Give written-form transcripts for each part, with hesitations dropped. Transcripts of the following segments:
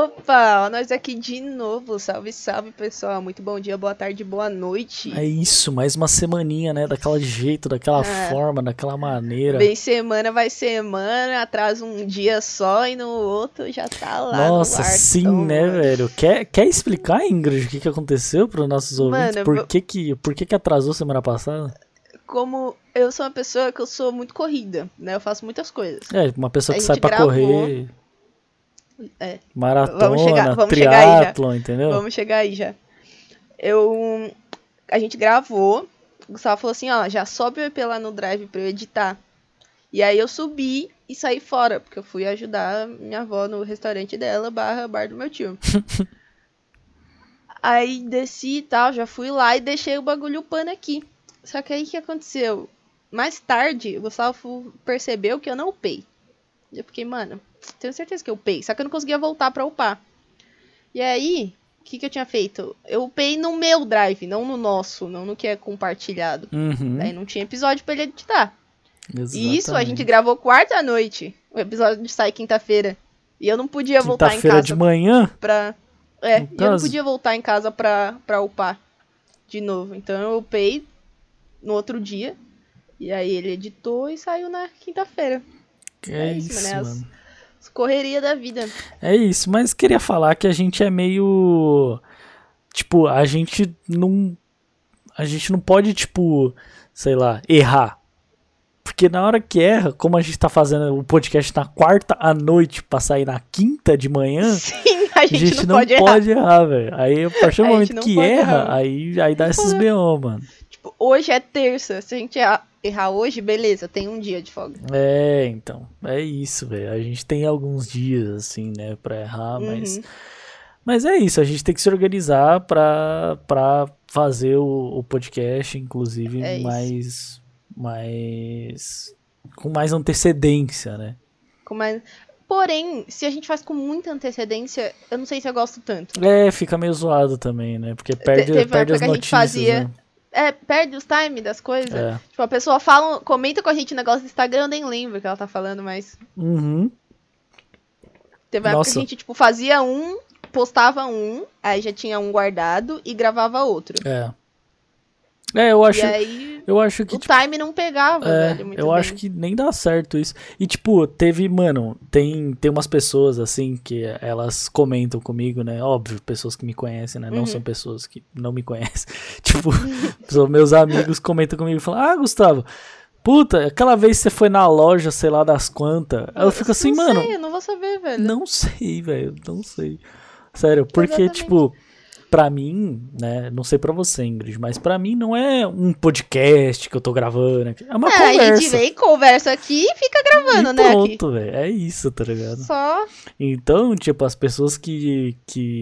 Opa, nós aqui de novo. Salve, salve, pessoal. Muito bom dia, boa tarde, boa noite. É isso, mais uma semaninha, né? Daquela jeito, daquela forma, daquela maneira. Bem semana, vai semana, atrasa um dia só e no outro já tá lá. Nossa, no ar, sim, então, né, mano. velho? Quer explicar, Ingrid, o que aconteceu para os nossos ouvintes? Mano, Por que atrasou semana passada? Como eu sou uma pessoa que eu sou muito corrida, né? Eu faço muitas coisas. É, uma pessoa A que gente sai pra gravou. correr, É, maratona, vamos chegar aí já. triatlon, entendeu? Vamos chegar aí já. A gente gravou, o Gustavo falou assim, ó, já sobe o EP lá no Drive pra eu editar. E aí eu subi e saí fora, porque eu fui ajudar minha avó no restaurante dela, bar do meu tio. Aí desci e tal, já fui lá e deixei o bagulho upando aqui. Só que aí o que aconteceu? Mais tarde, o Gustavo percebeu que eu não upei. Eu fiquei, mano, tenho certeza que eu upei, só que eu não conseguia voltar pra upar. E aí, o que eu tinha feito? Eu upei no meu Drive, não no nosso, não no que é compartilhado. Uhum, Daí não tinha episódio pra ele editar. exatamente. E isso a gente gravou quarta à noite. O episódio sai quinta-feira. E eu não podia voltar em Quinta-feira casa de manhã? pra... No e eu não caso? podia voltar em casa pra upar de novo. Então eu upei no outro dia. E aí ele editou e saiu na quinta-feira. É isso, né? mano. As correrias da vida. É isso, mas queria falar que a gente é meio... Tipo, a gente não pode, tipo, sei lá, errar. Porque na hora que erra, como a gente tá fazendo o podcast na quarta à noite pra sair na quinta de manhã, Sim, a a gente gente não pode errar. errar, velho. Aí a partir do A momento gente não que pode erra, errar. aí dá esses BO, mano. Tipo, hoje é terça. Se a gente errar hoje, beleza, tem um dia de folga. É, então, é isso, velho. A gente tem alguns dias, assim, né, pra errar, mas é isso, a gente tem que se organizar pra fazer o podcast, inclusive, É isso. com mais antecedência, né? Porém, se a gente faz com muita antecedência, eu não sei se eu gosto tanto. É, fica meio zoado também, né? Porque perde Teve uma as época que a gente notícias, fazia. né? Perde os time das coisas. É. Tipo, a pessoa comenta com a gente um negócio do Instagram, eu nem lembro o que ela tá falando, mas. Uhum. Teve uma época que Nossa. a gente, tipo, fazia postava aí já tinha um guardado e gravava outro. Eu acho. E aí Eu acho que, o time não pegava, velho, muito eu bem. acho que nem dá certo isso. E, tipo, tem umas pessoas, assim, que elas comentam comigo, né? Óbvio, pessoas que me conhecem, né? Não são pessoas que não me conhecem. Tipo, são meus amigos comentam comigo e falam, Gustavo, puta, aquela vez você foi na loja, sei lá das quantas. Aí eu fico assim, não mano, sei, eu não vou saber, velho. não sei, velho, não sei. Sério, porque, Exatamente. tipo... Pra mim, né, não sei pra você, Ingrid, mas pra mim não é um podcast que eu tô gravando aqui, é uma A conversa. gente vem, conversa aqui e fica gravando, E né? Aqui. pronto, velho, é isso, tá ligado? Só. Então, tipo, as pessoas que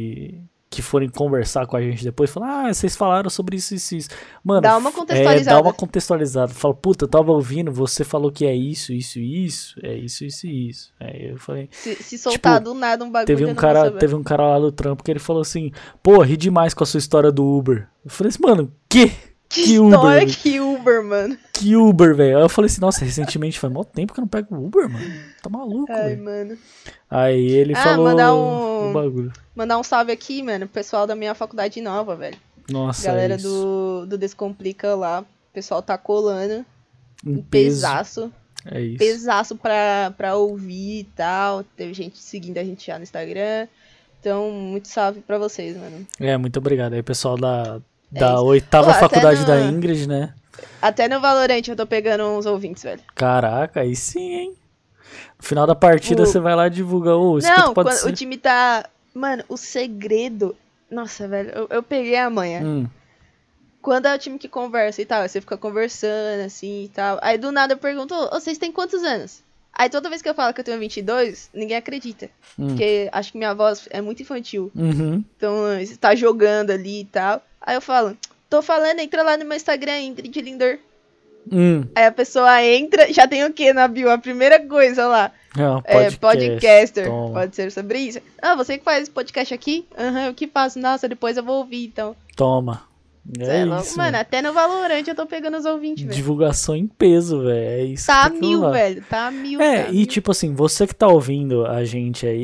forem conversar com a gente depois, falam, vocês falaram sobre isso, isso, isso. Mano, Dá uma contextualizada. dá uma contextualizada. Fala, puta, eu tava ouvindo, você falou que é isso, isso, isso, é isso, isso e isso. Aí eu falei... Se soltar Tipo, do nada um bagulho, Teve eu um não vou saber. teve um cara lá do trampo que ele falou assim, pô, ri demais com a sua história do Uber. Eu falei assim, mano, que história Uber? que Uber, mano. Que Uber, velho? Aí eu falei assim, nossa, recentemente faz mó tempo que eu não pego Uber, mano. Tá maluco, Ai, velho. mano. Aí ele falou o bagulho. Mandar um salve aqui, mano, pro pessoal da minha faculdade nova, velho. Nossa, Galera é isso. do Descomplica lá. O pessoal tá colando. Um Pesaço. É isso. Pesaço pra ouvir e tal. Teve gente seguindo a gente já no Instagram. Então, muito salve pra vocês, mano. Muito obrigado. Aí, pessoal da isso. oitava Pô, faculdade da Ingrid, né? Até no Valorant eu tô pegando uns ouvintes, velho. Caraca, aí sim, hein? No final da partida você vai lá e divulga. Não, pode quando ser. o time tá... Mano, o segredo... Nossa, velho, eu peguei a manha. Quando é o time que conversa e tal, você fica conversando assim e tal. Aí do nada eu pergunto, vocês têm quantos anos? Aí toda vez que eu falo que eu tenho 22, ninguém acredita. Porque acho que minha voz é muito infantil. Então, você tá jogando ali e tal. Aí eu falo, tô falando, entra lá no meu Instagram, Ingrid Lindor. Aí a pessoa entra, já tem o que na bio? A primeira coisa lá. Podcaster. Toma. Pode ser sobre isso. Você que faz podcast aqui? Eu que faço. Nossa, depois eu vou ouvir, então. Toma. É louco, isso, mano. Até no Valorant eu tô pegando os ouvintes, velho. Divulgação em peso, velho. É isso. Tá que tem que 1000, rolar. velho. Tá 1000. E tipo assim, você que tá ouvindo a gente aí,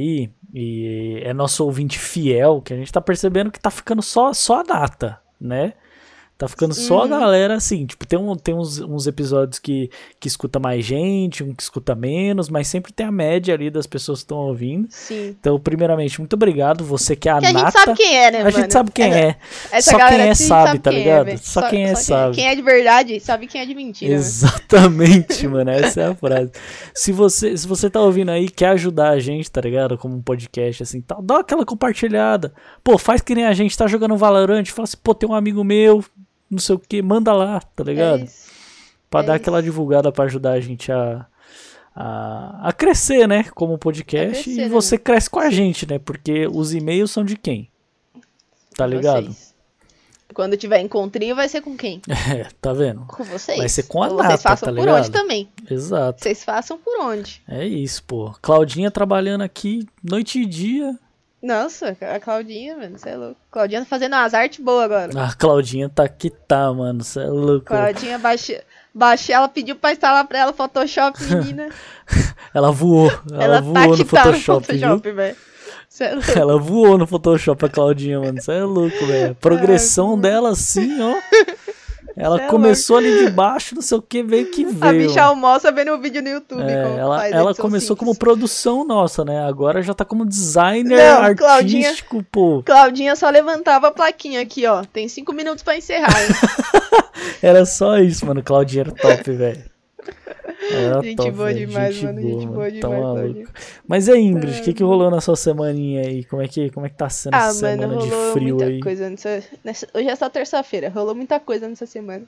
e é nosso ouvinte fiel, que a gente tá percebendo que tá ficando só a data, né? Tá ficando só a galera assim, tipo, tem uns episódios que escuta mais gente, um que escuta menos, mas sempre tem a média ali das pessoas que estão ouvindo. Sim. Então, primeiramente, muito obrigado, você que é a que nata. A gente sabe quem é, né, A mano? gente sabe quem é. Essa só galera quem é assim sabe, tá ligado? É, só quem é sabe. Quem é de verdade sabe quem é de mentira. Exatamente, mano, essa é a frase. Se você tá ouvindo aí, quer ajudar a gente, tá ligado? Como um podcast, assim, tal, dá aquela compartilhada. Pô, faz que nem a gente tá jogando Valorant, fala assim, pô, tem um amigo meu, não sei o que, manda lá, tá ligado? Pra dar aquela divulgada pra ajudar a gente a crescer, né? Como podcast. Crescer, e você cresce com a gente, né? Porque os e-mails são de quem? Tá ligado? Vocês. Quando tiver encontrinho, vai ser com quem? É, tá vendo? Com vocês. Vai ser com a nata, vocês façam tá por ligado? onde também. Exato. Vocês façam por onde. É isso, pô. Claudinha trabalhando aqui noite e dia. Nossa, a Claudinha, mano, você é louco. Claudinha tá fazendo umas artes boas agora. A Claudinha tá que tá, mano, você é louco. Claudinha baixei, ela pediu pra instalar pra ela Photoshop, menina. Ela voou. Ela voou tá no Photoshop, velho. Ela voou no Photoshop, a Claudinha, mano. Você é louco, velho. A progressão dela, assim, ó. Ela começou ali de baixo, não sei o que, veio que veio. A bicha almoça vendo um vídeo no YouTube. Ela começou como produção nossa, né? Agora já tá como designer artístico, pô. Claudinha só levantava a plaquinha aqui, ó. Tem 5 minutos pra encerrar, hein? Era só isso, mano. Claudinha era top, velho. Gente top, boa demais, gente mano. Gente boa demais, Claudinha. Mas e aí, Ingrid, o que rolou na sua semaninha aí? Como é que tá sendo essa semana de frio muita aí? Coisa hoje é só terça-feira, rolou muita coisa nessa semana.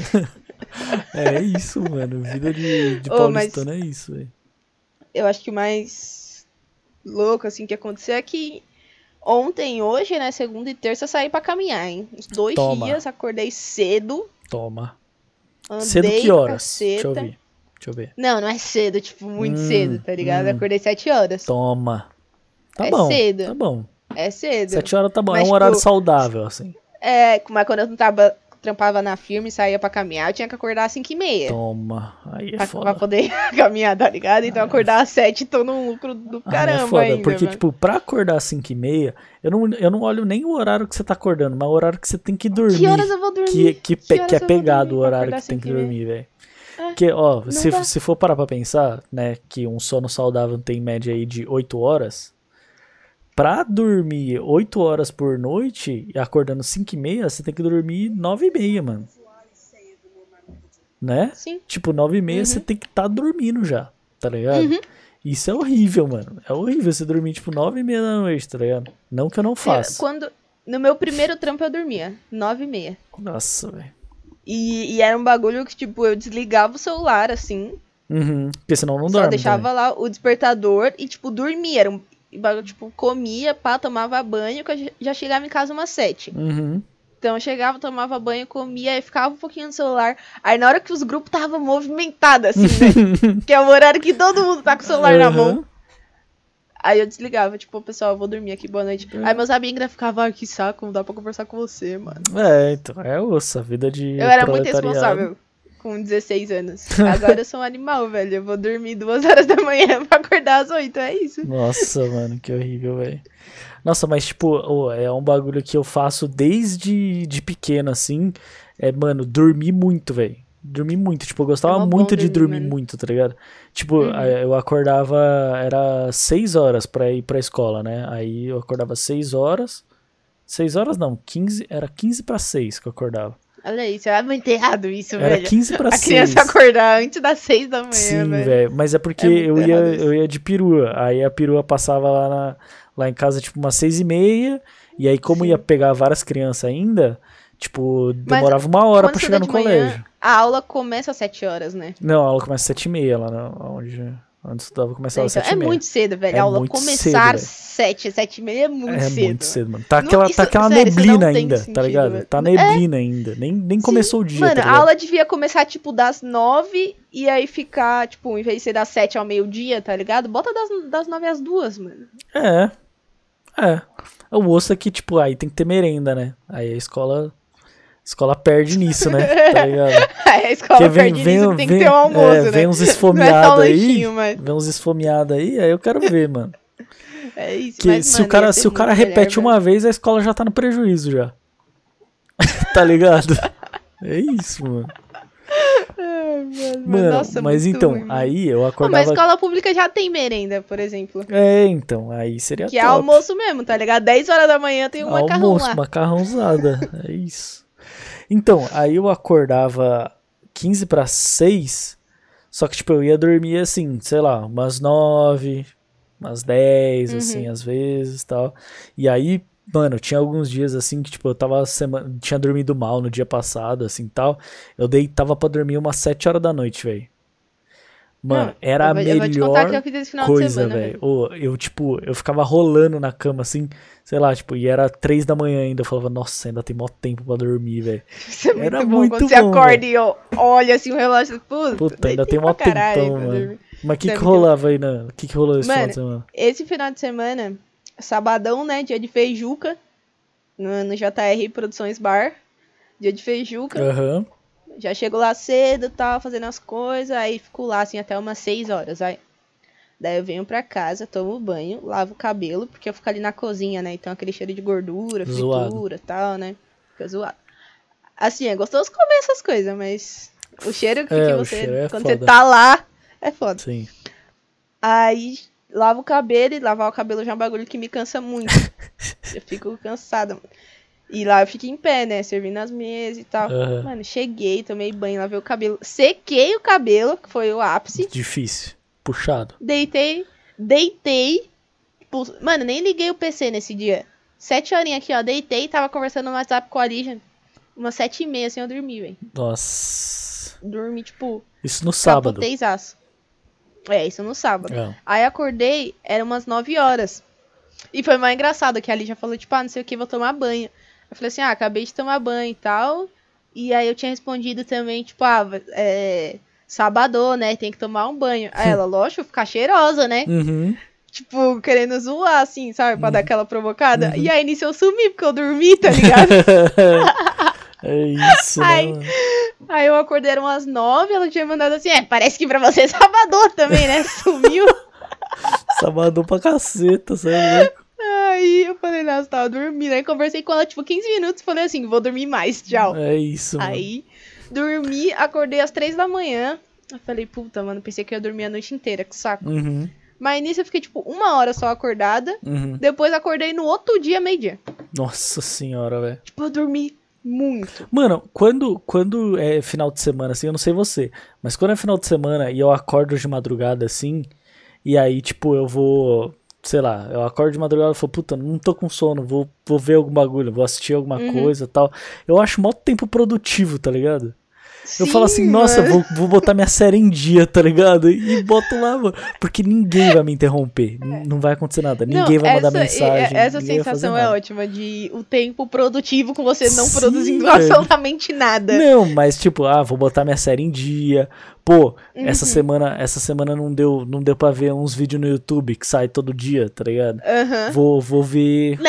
É isso, mano. Vida de paulistano é isso, velho. Eu acho que o mais louco, assim, que aconteceu é que ontem e hoje, né, segunda e terça, eu saí pra caminhar, hein? Uns 2 dias, acordei cedo. Toma. Andei cedo que horas? Deixa eu ver. Não é cedo, tipo, muito cedo, tá ligado? Acordei 7 horas. Toma. Tá bom. Cedo. Tá bom. É cedo. 7 horas tá bom. Mas, é um horário saudável, assim. Mas quando eu trampava na firma e saía pra caminhar, eu tinha que acordar às 5h30. Toma. Aí é foda. Pra poder caminhar, tá ligado? Então acordar às 7 tô num lucro do caramba, é foda, ainda. Porque, mano. tipo, pra acordar às 5h30, eu não olho nem o horário que você tá acordando, mas o horário que você tem que dormir. Que horas eu vou dormir? Que é pegado o horário que tem que dormir, velho. Porque, ó, se for parar pra pensar, né, que um sono saudável tem em média aí de 8 horas, pra dormir 8 horas por noite, e acordando 5h30, você tem que dormir 9h30, mano. Né? Sim. Tipo, 9h30 você tem que estar dormindo já, tá ligado? Isso é horrível, mano. É horrível você dormir, tipo, 9h30 da noite, tá ligado? Não que eu não faça. No meu primeiro trampo eu dormia, 9h30. Nossa, velho. E era um bagulho que, tipo, eu desligava o celular, assim. Porque senão não dorme. Só deixava lá o despertador e, tipo, dormia. Era um bagulho, tipo, comia, tomava banho, que eu já chegava em casa umas 7. Então eu chegava, tomava banho, comia, aí ficava um pouquinho no celular. Aí na hora que os grupos estavam movimentados, assim, né? Que é o horário que todo mundo tá com o celular na mão. Aí eu desligava, tipo, pessoal, eu vou dormir aqui, boa noite. Aí meus amigos ficavam, que saco, não dá pra conversar com você, mano. Então, é osso, a vida de eu era muito responsável com 16 anos. Agora eu sou um animal, velho. Eu vou dormir 2 horas da manhã pra acordar às 8, é isso. Nossa, mano, que horrível, velho. Nossa, mas, tipo, é um bagulho que eu faço desde pequeno, assim. Mano, dormir muito, velho. Dormir muito, tipo, eu gostava muito de dormir muito, tá ligado? Tipo, eu acordava, era 6 horas pra ir pra escola, né? Aí eu acordava 6 horas. 6 horas não, 15, era 15 para 6 que eu acordava. Olha isso, é muito errado isso, velho. Era 15 para 6. A criança acordar antes das 6 da manhã, sim, velho. Mas é porque eu ia de perua. Aí a perua passava lá em casa, tipo, umas 6h30. E aí, como ia pegar várias crianças ainda, tipo, demorava 1 hora pra chegar no colégio. A aula começa às 7 horas, né? Não, a aula começa às 7h30 lá onde eu estudava, começava às 7h30. É muito cedo, velho. A aula começar às 7h30 é muito cedo. É muito cedo, mano. Tá aquela neblina ainda, sentido, tá ligado? Velho. Tá neblina ainda. Nem começou o dia, mano, tá a aula devia começar, tipo, das 9 e aí ficar, tipo, em vez de ser das 7 ao meio-dia, tá ligado? Bota das 9 às 2, mano. O osso é que, tipo, aí tem que ter merenda, né? Aí a escola perde nisso, né? Tá ligado? A escola perde nisso, tem que ter um almoço, né? Vem uns esfomeados aí. Vem uns esfomeados aí eu quero ver, mano. É isso. Que mas, se, mano, se o cara repete melhor, uma vez, a escola já tá no prejuízo já. Tá ligado? É isso, mano. Mano, nossa, mas muito então, ruim, mano. aí eu Mas acordava... escola pública já tem merenda, por exemplo. Então, aí seria Que é top. almoço mesmo, tá ligado? 10 horas da manhã tem um macarrão lá. Macarrãozada, é isso. Então, aí eu acordava 15 para 6, só que tipo, eu ia dormir assim, sei lá, umas 9, umas 10, assim, às vezes, tal. E aí, mano, tinha alguns dias assim que tipo, eu tinha dormido mal no dia passado, assim, tal. Eu deitava pra dormir umas 7 horas da noite, velho. Mano, era a eu vou te contar o que melhor eu fiz esse final de coisa, semana, velho. Eu ficava rolando na cama, assim, sei lá, tipo, e era 3 da manhã ainda. Eu falava, nossa, ainda tem mó tempo pra dormir, velho. Isso é muito Era bom. muito Quando você bom, acorda véio. e olha assim o relógio, Puta, ainda tem mó pra caralho tempão, pra mano. dormir. Mas o que Isso é que muito rolava aí, né? O que rolou esse final Mano, de semana? esse final de semana, sabadão, né? Dia de feijuca, no JR Produções Bar. Dia de feijuca. Aham. Já chego lá cedo, tal, fazendo as coisas, aí fico lá, assim, até umas 6 horas, aí. Daí eu venho pra casa, tomo banho, lavo o cabelo, porque eu fico ali na cozinha, né? Então aquele cheiro de gordura, Zoado. fritura e tal, né? Fica zoado. Assim, é gostoso comer essas coisas, mas o cheiro que o você, cheiro é quando foda. você tá lá, é foda. Sim. Aí, lavo o cabelo, e lavar o cabelo já é um bagulho que me cansa muito. Eu fico cansada, mano. E lá eu fico em pé, né? Servindo as mesas e tal. Aham. Mano, cheguei, tomei banho, lavei o cabelo. Sequei o cabelo, que foi o ápice. Difícil. Puxado. Deitei. Tipo, mano, nem liguei o PC nesse dia. 7 horinhas aqui, ó. Deitei, tava conversando no WhatsApp com a Lígia. Umas 7h30, assim, eu dormi, velho. Nossa. Dormi, tipo... Isso no sábado. Capoteizaço. É, isso no sábado. É. Aí acordei, era umas 9 horas. E foi mais engraçado, que a Lígia falou, tipo, não sei o que, vou tomar banho. Eu falei assim, acabei de tomar banho e tal. E aí eu tinha respondido também, tipo, sabadão, né, tem que tomar um banho. Aí ela, lógico, ficar cheirosa, né? Uhum. Tipo, querendo zoar, assim, sabe? Pra dar aquela provocada. E aí nisso eu sumi, porque eu dormi, tá ligado? É isso, né, mano? Aí eu acordei, eram umas 9, ela tinha mandado assim, parece que pra você é sabadão também, né? Sumiu. Sabadão pra caceta, sabe? Aí eu falei, nossa, tava dormindo. Aí conversei com ela, tipo, 15 minutos, falei assim, vou dormir mais, tchau. É isso, mano. Aí, dormi, acordei às 3 da manhã. Eu falei, puta, mano, pensei que eu ia dormir a noite inteira, que saco. Uhum. Mas nisso eu fiquei, tipo, 1 hora só acordada. Uhum. Depois acordei no outro dia, meio-dia. Nossa senhora, velho. Tipo, eu dormi muito. Mano, quando é final de semana, assim, eu não sei você, mas quando é final de semana e eu acordo de madrugada, assim, e aí, tipo, eu vou, sei lá, eu acordo de madrugada e falo, puta, não tô com sono, vou ver algum bagulho, vou assistir alguma coisa e tal. Eu acho mó tempo produtivo, tá ligado? Eu falo assim, nossa, vou botar minha série em dia, tá ligado? E boto lá, mano. Porque ninguém vai me interromper. Não vai acontecer nada. Ninguém vai mandar mensagem. Essa sensação é ótima de o tempo produtivo com você não produzindo absolutamente nada. Não, mas tipo, vou botar minha série em dia. Pô, essa semana não deu pra ver uns vídeos no YouTube que sai todo dia, tá ligado? Vou ver.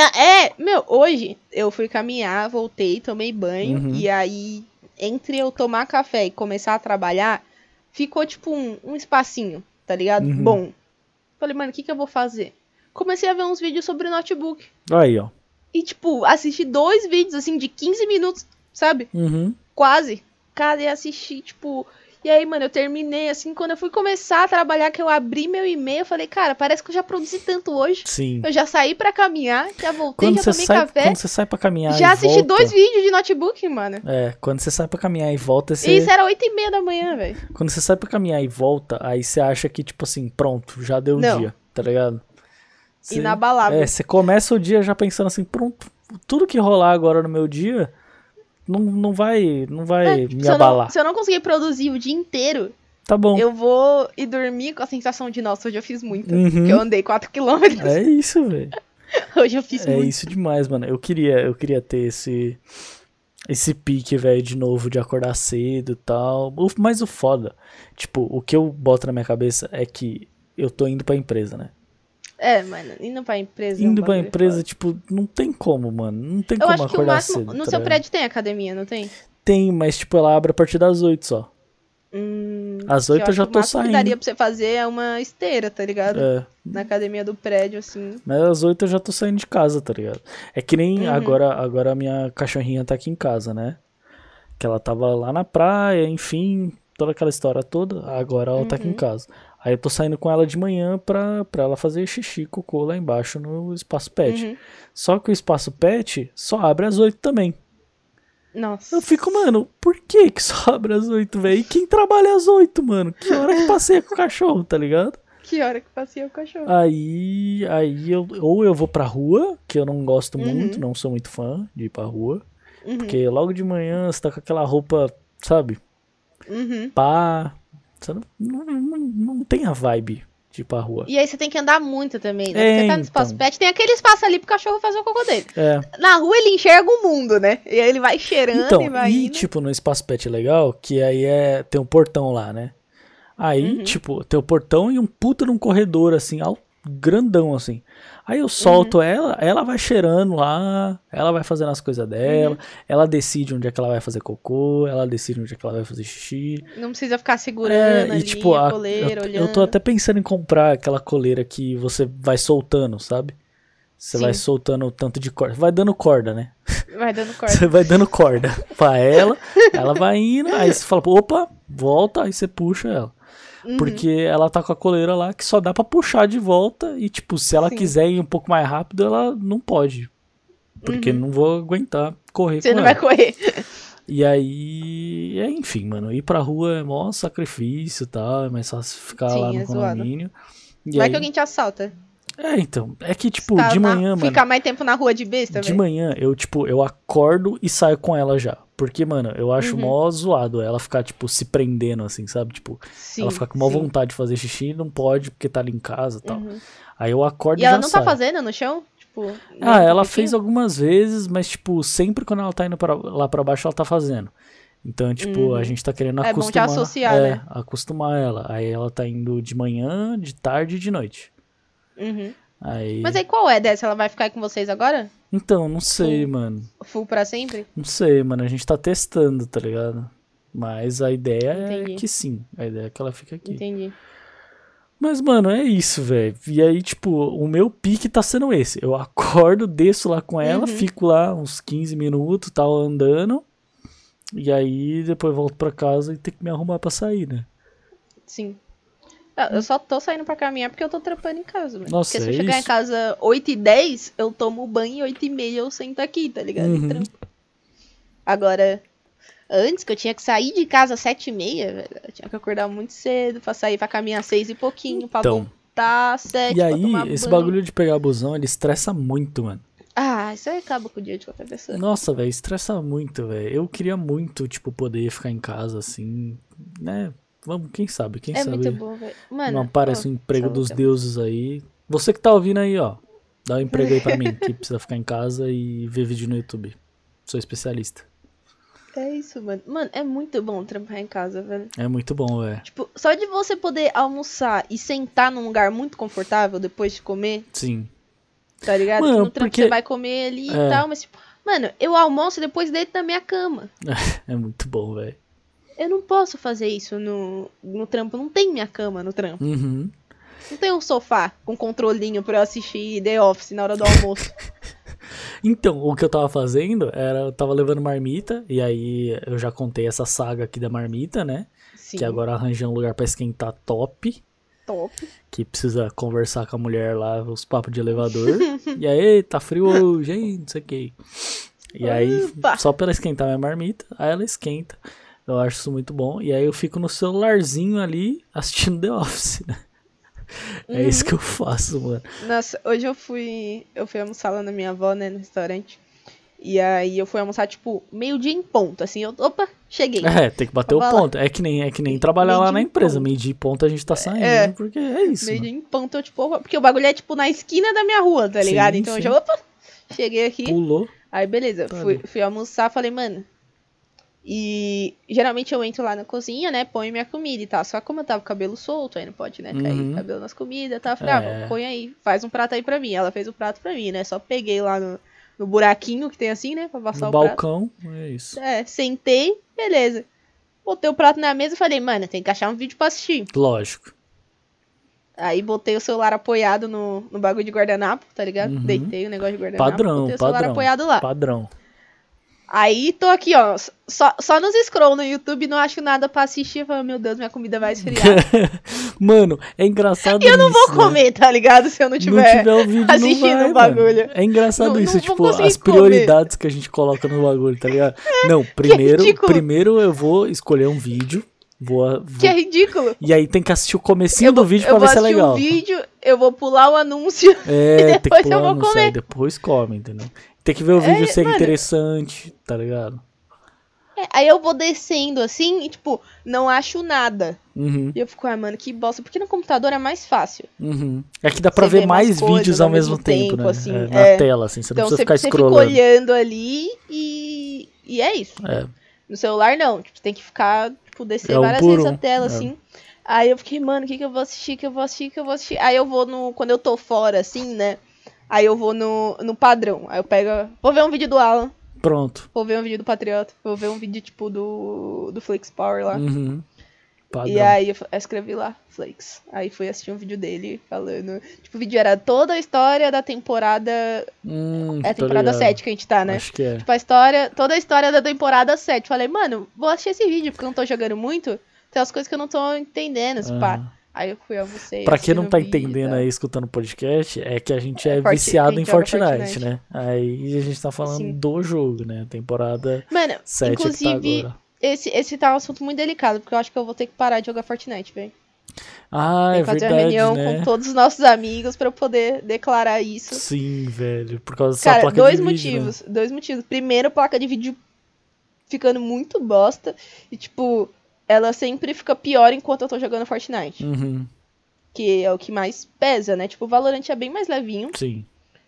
Hoje eu fui caminhar, voltei, tomei banho e aí entre eu tomar café e começar a trabalhar, ficou tipo um espacinho, tá ligado? Bom. Falei, mano, o que eu vou fazer? Comecei a ver uns vídeos sobre o notebook. Aí, ó. E, tipo, assisti 2 vídeos, assim, de 15 minutos, sabe? Quase. Cara, e assisti, tipo... E aí, mano, eu terminei, assim, quando eu fui começar a trabalhar, que eu abri meu e-mail, eu falei, cara, parece que eu já produzi tanto hoje. Sim. Eu já saí pra caminhar, já voltei, já tomei café. Quando você sai pra caminhar já assisti 2 vídeos de notebook, mano. Quando você sai pra caminhar e volta, E isso era 8h30 da manhã, velho. Quando você sai pra caminhar e volta, aí você acha que, tipo assim, pronto, já deu o dia, tá ligado? Inabalável. Você começa o dia já pensando assim, pronto, tudo que rolar agora no meu dia... Não vai me abalar. Se eu não conseguir produzir o dia inteiro, tá bom. Eu vou ir dormir com a sensação de, nossa, hoje eu fiz muito. Porque eu andei 4 km. É isso, velho. Hoje eu fiz muito. É isso demais, mano. Eu queria ter esse pique, velho, de novo, de acordar cedo e tal. Mas o foda, tipo, o que eu boto na minha cabeça é que eu tô indo pra empresa, né? Mano, indo pra empresa. Indo pra empresa, tipo, não tem como, mano. Não tem como acordar cedo. No seu prédio tem academia, não tem? Tem, mas, tipo, ela abre a partir das 8 só. Às 8 eu já tô saindo. O que daria pra você fazer é uma esteira, tá ligado? Na academia do prédio, assim. Mas às 8 eu já tô saindo de casa, tá ligado? É que nem agora a minha cachorrinha tá aqui em casa, né? Que ela tava lá na praia, enfim, toda aquela história toda. Agora ela tá aqui em casa. Aí eu tô saindo com ela de manhã pra ela fazer xixi, cocô lá embaixo no espaço pet. Só que o espaço pet só abre às 8 também. Nossa. Eu fico, mano, por que só abre às 8, velho? E quem trabalha às 8, mano? Que hora que passeia com o cachorro, tá ligado? Que hora que passeia o cachorro. Aí ou eu vou pra rua, que eu não gosto muito, não sou muito fã de ir pra rua. Porque logo de manhã você tá com aquela roupa, sabe? Pá. Você não tem a vibe de ir pra rua. E aí você tem que andar muito também, né? Você tá no espaço pet, tem aquele espaço ali pro cachorro fazer o cocô dele. Na rua ele enxerga o mundo, né? E aí ele vai cheirando e vai indo. Tipo, no espaço pet legal, que aí tem um portão lá, né? Aí, tipo, tem o portão e um puta num corredor, assim, grandão, assim. Aí eu solto ela vai cheirando lá, ela vai fazendo as coisas dela, ela decide onde é que ela vai fazer cocô, ela decide onde é que ela vai fazer xixi. Não precisa ficar segurando ali, tipo, a coleira, olhando. Eu tô até pensando em comprar aquela coleira que você vai soltando, sabe? Você vai soltando o tanto de corda. Vai dando corda, né? Vai dando corda. Você vai dando corda pra ela vai indo, aí você fala, opa, volta, aí você puxa ela. Porque ela tá com a coleira lá que só dá pra puxar de volta. E, tipo, se ela quiser ir um pouco mais rápido, ela não pode. Porque não vou aguentar correr Você não vai correr. E aí, enfim, mano, ir pra rua é maior sacrifício e tal. É mais fácil ficar lá no condomínio. Vai que alguém te assalta. Então, é que, tipo, de manhã, mano... Ficar mais tempo na rua de besta, de manhã, eu acordo e saio com ela já. Porque, mano, eu acho mó zoado ela ficar, tipo, se prendendo, assim, sabe? Tipo, ela fica com mó vontade de fazer xixi, não pode porque tá ali em casa e tal. Aí eu acordo e já ela não saio. Tá fazendo no chão? Tipo, ela fez algumas vezes, mas, tipo, sempre quando ela tá indo lá pra baixo, ela tá fazendo. Então, tipo, a gente tá querendo acostumar... É bom te associar, né? Acostumar ela. Aí ela tá indo de manhã, de tarde e de noite. Mas aí qual é dessa? Ela vai ficar aí com vocês agora? Então, não sei, mano. Full pra sempre? Não sei, mano. A gente tá testando, tá ligado? Mas a ideia é que sim. A ideia é que ela fique aqui. Entendi. Mas, mano, é isso, velho. E aí, tipo, o meu pique tá sendo esse. Eu acordo, desço lá com ela, fico lá uns 15 minutos, tal, andando. E aí, depois volto pra casa e tenho que me arrumar pra sair, né? Sim. Eu só tô saindo pra caminhar porque eu tô trampando em casa, mano. Nossa, porque se eu chegar em casa 8h10, eu tomo banho e 8h30 eu sento aqui, tá ligado? E trampo. Agora, antes que eu tinha que sair de casa às 7h30, velho, eu tinha que acordar muito cedo pra sair pra caminhar 6 e pouquinho, pra voltar às 7, e aí, pra esse banho. bagulho de pegar busão, ele estressa muito, mano. Isso aí acaba com o dia de qualquer pessoa. Nossa, velho, estressa muito, velho. Eu queria muito, tipo, poder ficar em casa, assim, né? Vamos, quem sabe, sabe. Muito bom, velho. Mano, não aparece um emprego dos deuses aí. Você que tá ouvindo aí, ó. Dá um emprego aí pra mim, que precisa ficar em casa e ver vídeo no YouTube. Sou especialista. É isso, mano. Mano, é muito bom trampar em casa, velho. É muito bom, velho. Tipo, só de você poder almoçar e sentar num lugar muito confortável depois de comer. Sim. Tá ligado? Mano, que no trampo você vai comer ali e tal, mas tipo... Mano, eu almoço e depois deito na minha cama. É muito bom, velho. Eu não posso fazer isso no trampo. Não tem minha cama no trampo. Não tem um sofá com controlinho pra eu assistir The Office na hora do almoço. Então, o que eu tava fazendo era... Eu tava levando marmita. E aí eu já contei essa saga aqui da marmita, né? Sim. Que agora arranjei um lugar pra esquentar top. Que precisa conversar com a mulher lá, os papos de elevador. E aí, tá frio hoje, hein? Não sei o que. E aí, só pra ela esquentar minha marmita, aí ela esquenta. Eu acho isso muito bom. E aí eu fico no celularzinho ali, assistindo The Office, né? É isso que eu faço, mano. Nossa, hoje eu fui almoçar lá na minha avó, né, no restaurante. E aí eu fui almoçar, tipo, meio-dia em ponto, assim, opa, cheguei. Tem que bater o ponto. É que nem trabalhar lá na empresa. Meio-dia em ponto a gente tá saindo, porque é isso. Meio-dia em ponto, eu, tipo, porque o bagulho é, tipo, na esquina da minha rua, tá ligado? Então eu já, opa, cheguei aqui. Pulou. Aí, beleza, fui almoçar, falei, mano... E geralmente eu entro lá na cozinha, né, ponho minha comida e tal. Só como eu tava com o cabelo solto, aí não pode, né, cair cabelo nas comidas e tal. Falei, põe aí, faz um prato aí pra mim. Ela fez o prato pra mim, né, só peguei lá no buraquinho que tem assim, né, pra passar no o balcão, prato. É isso. Sentei, beleza. Botei o prato na mesa e falei, mano, tem que achar um vídeo pra assistir. Lógico. Aí botei o celular apoiado no bagulho de guardanapo, tá ligado? Deitei o negócio de guardanapo. Botei o celular apoiado lá. Padrão. Aí tô aqui, ó, só nos scroll no YouTube, não acho nada pra assistir. Eu falo, meu Deus, minha comida vai esfriar. Mano, é engraçado isso. E eu não vou comer, tá ligado? Se eu não tiver o vídeo, assistindo o bagulho. Mano. É engraçado isso, tipo, as prioridades que a gente coloca no bagulho, tá ligado? Não, primeiro eu vou escolher um vídeo. Que é ridículo. E aí tem que assistir o comecinho do vídeo pra ver se é legal. Eu vou assistir o vídeo, eu vou pular o anúncio e depois tem que pular eu vou comer. Aí depois come, entendeu? Tem que ver o vídeo se é interessante, tá ligado? Aí eu vou descendo assim e, tipo, não acho nada. Uhum. E eu fico, mano, que bosta. Porque no computador é mais fácil. Uhum. É que dá pra ver mais vídeos ao mesmo tempo, né? Assim, na tela, assim, você não precisa ficar scrollando. Você fica olhando ali e é isso. No celular, não. Tipo, você tem que ficar, tipo, descer várias vezes a tela, assim. Aí eu fiquei, mano, o que eu vou assistir? Aí eu vou quando eu tô fora, assim, né? Aí eu vou no padrão. Aí eu pego, vou ver um vídeo do Alan. Pronto. Vou ver um vídeo do Patriota. Vou ver um vídeo, tipo, do Flakes Power lá. Uhum. E aí eu escrevi lá, Flakes. Aí fui assistir um vídeo dele falando. Tipo, o vídeo era toda a história da temporada. É a temporada 7 que a gente tá, né? Acho que é. Tipo, toda a história da temporada 7. Falei, mano, vou assistir esse vídeo, porque eu não tô jogando muito. Tem as coisas que eu não tô entendendo, pá. Aí eu fui a você. Pra quem não tá entendendo aí, escutando o podcast, é que a gente é viciado em Fortnite, né? Aí a gente tá falando do jogo, né? Temporada 7 inclusive, que tá agora. Esse tá um assunto muito delicado, porque eu acho que eu vou ter que parar de jogar Fortnite, velho. É verdade, fazer uma reunião com todos os nossos amigos pra eu poder declarar isso. Sim, velho. Por causa dessa placa de vídeo, né? Dois motivos. Primeiro, placa de vídeo ficando muito bosta. E, tipo, ela sempre fica pior enquanto eu tô jogando Fortnite. Uhum. Que é o que mais pesa, né? Tipo, o Valorant é bem mais levinho. Sim.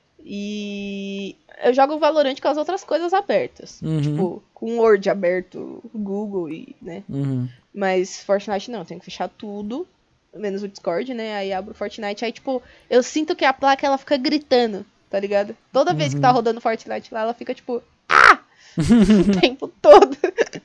E eu jogo o Valorant com as outras coisas abertas. Tipo, com o Word aberto, Google e, né? Mas Fortnite não, tem que fechar tudo, menos o Discord, né? Aí abro o Fortnite, aí, tipo, eu sinto que a placa, ela fica gritando, tá ligado? Toda vez que tá rodando Fortnite lá, ela fica, tipo, o tempo todo.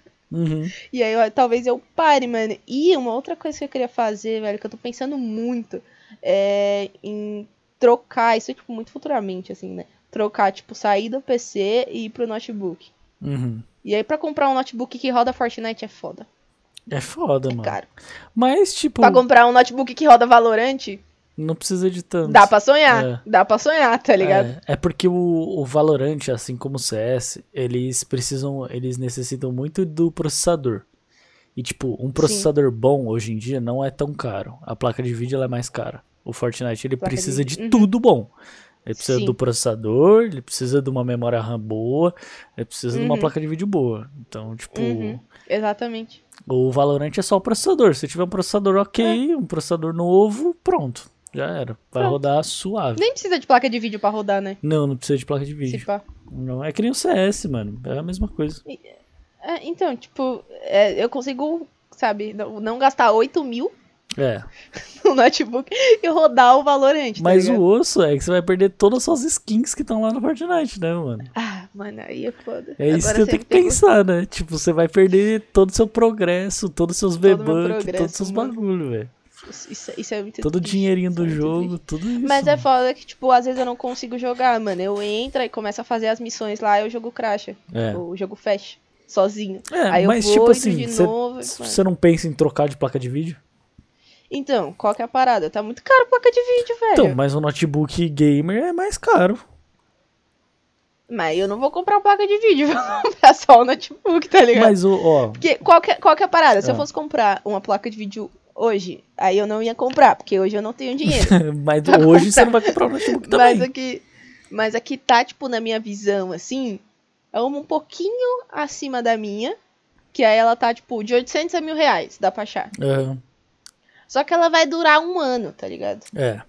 E aí, talvez eu pare, mano. E uma outra coisa que eu queria fazer, velho, que eu tô pensando muito, é em trocar, isso é, tipo, muito futuramente, assim, né? Trocar, tipo, sair do PC e ir pro notebook. E aí, pra comprar um notebook que roda Fortnite é foda. É foda, mano. Caro. Mas, tipo... Pra comprar um notebook que roda Valorant... Não precisa de tanto. Dá pra sonhar. Dá pra sonhar, tá ligado? É porque o Valorant, assim como o CS, eles necessitam muito do processador. E, tipo, um processador bom, hoje em dia, não é tão caro. A placa de vídeo, ela é mais cara. O Fortnite, ele precisa de tudo bom. Ele precisa do processador, ele precisa de uma memória RAM boa, ele precisa de uma placa de vídeo boa. Então, tipo... Exatamente. O Valorant é só o processador. Se tiver um processador ok, um processador novo, pronto. Já era. Vai rodar suave. Nem precisa de placa de vídeo pra rodar, né? Não precisa de placa de vídeo. Não, é que nem o CS, mano. É a mesma coisa. Então, tipo, eu consigo, sabe, não gastar 8 mil no notebook e rodar o Valorant. Mas o osso é que você vai perder todas as suas skins que estão lá no Fortnite, né, mano? Mano, aí é foda. É isso que eu tenho que pensar, né? Tipo, você vai perder todo o seu progresso, todos os seus V-Bucks, todos os seus bagulho, velho. Isso é muito todo o dinheirinho do jogo, tudo isso. Mas é foda que, tipo, às vezes eu não consigo jogar, mano. Eu entro e começo a fazer as missões lá, eu jogo Crash. O jogo fecha, sozinho. Aí mas eu vou, tipo assim, você não pensa em trocar de placa de vídeo? Então, qual que é a parada? Tá muito caro a placa de vídeo, velho. Então, mas um notebook gamer é mais caro. Mas eu não vou comprar placa de vídeo, vou comprar só o notebook, tá ligado? Mas Porque qual que é a parada? Se eu fosse comprar uma placa de vídeo hoje, aí eu não ia comprar, porque hoje eu não tenho dinheiro. Mas hoje você não vai comprar um notebook também. Mas aqui tá, tipo, na minha visão, assim, é um pouquinho acima da minha, que aí ela tá, tipo, de 800 a R$1.000, dá pra achar. Só que ela vai durar 1 ano, tá ligado?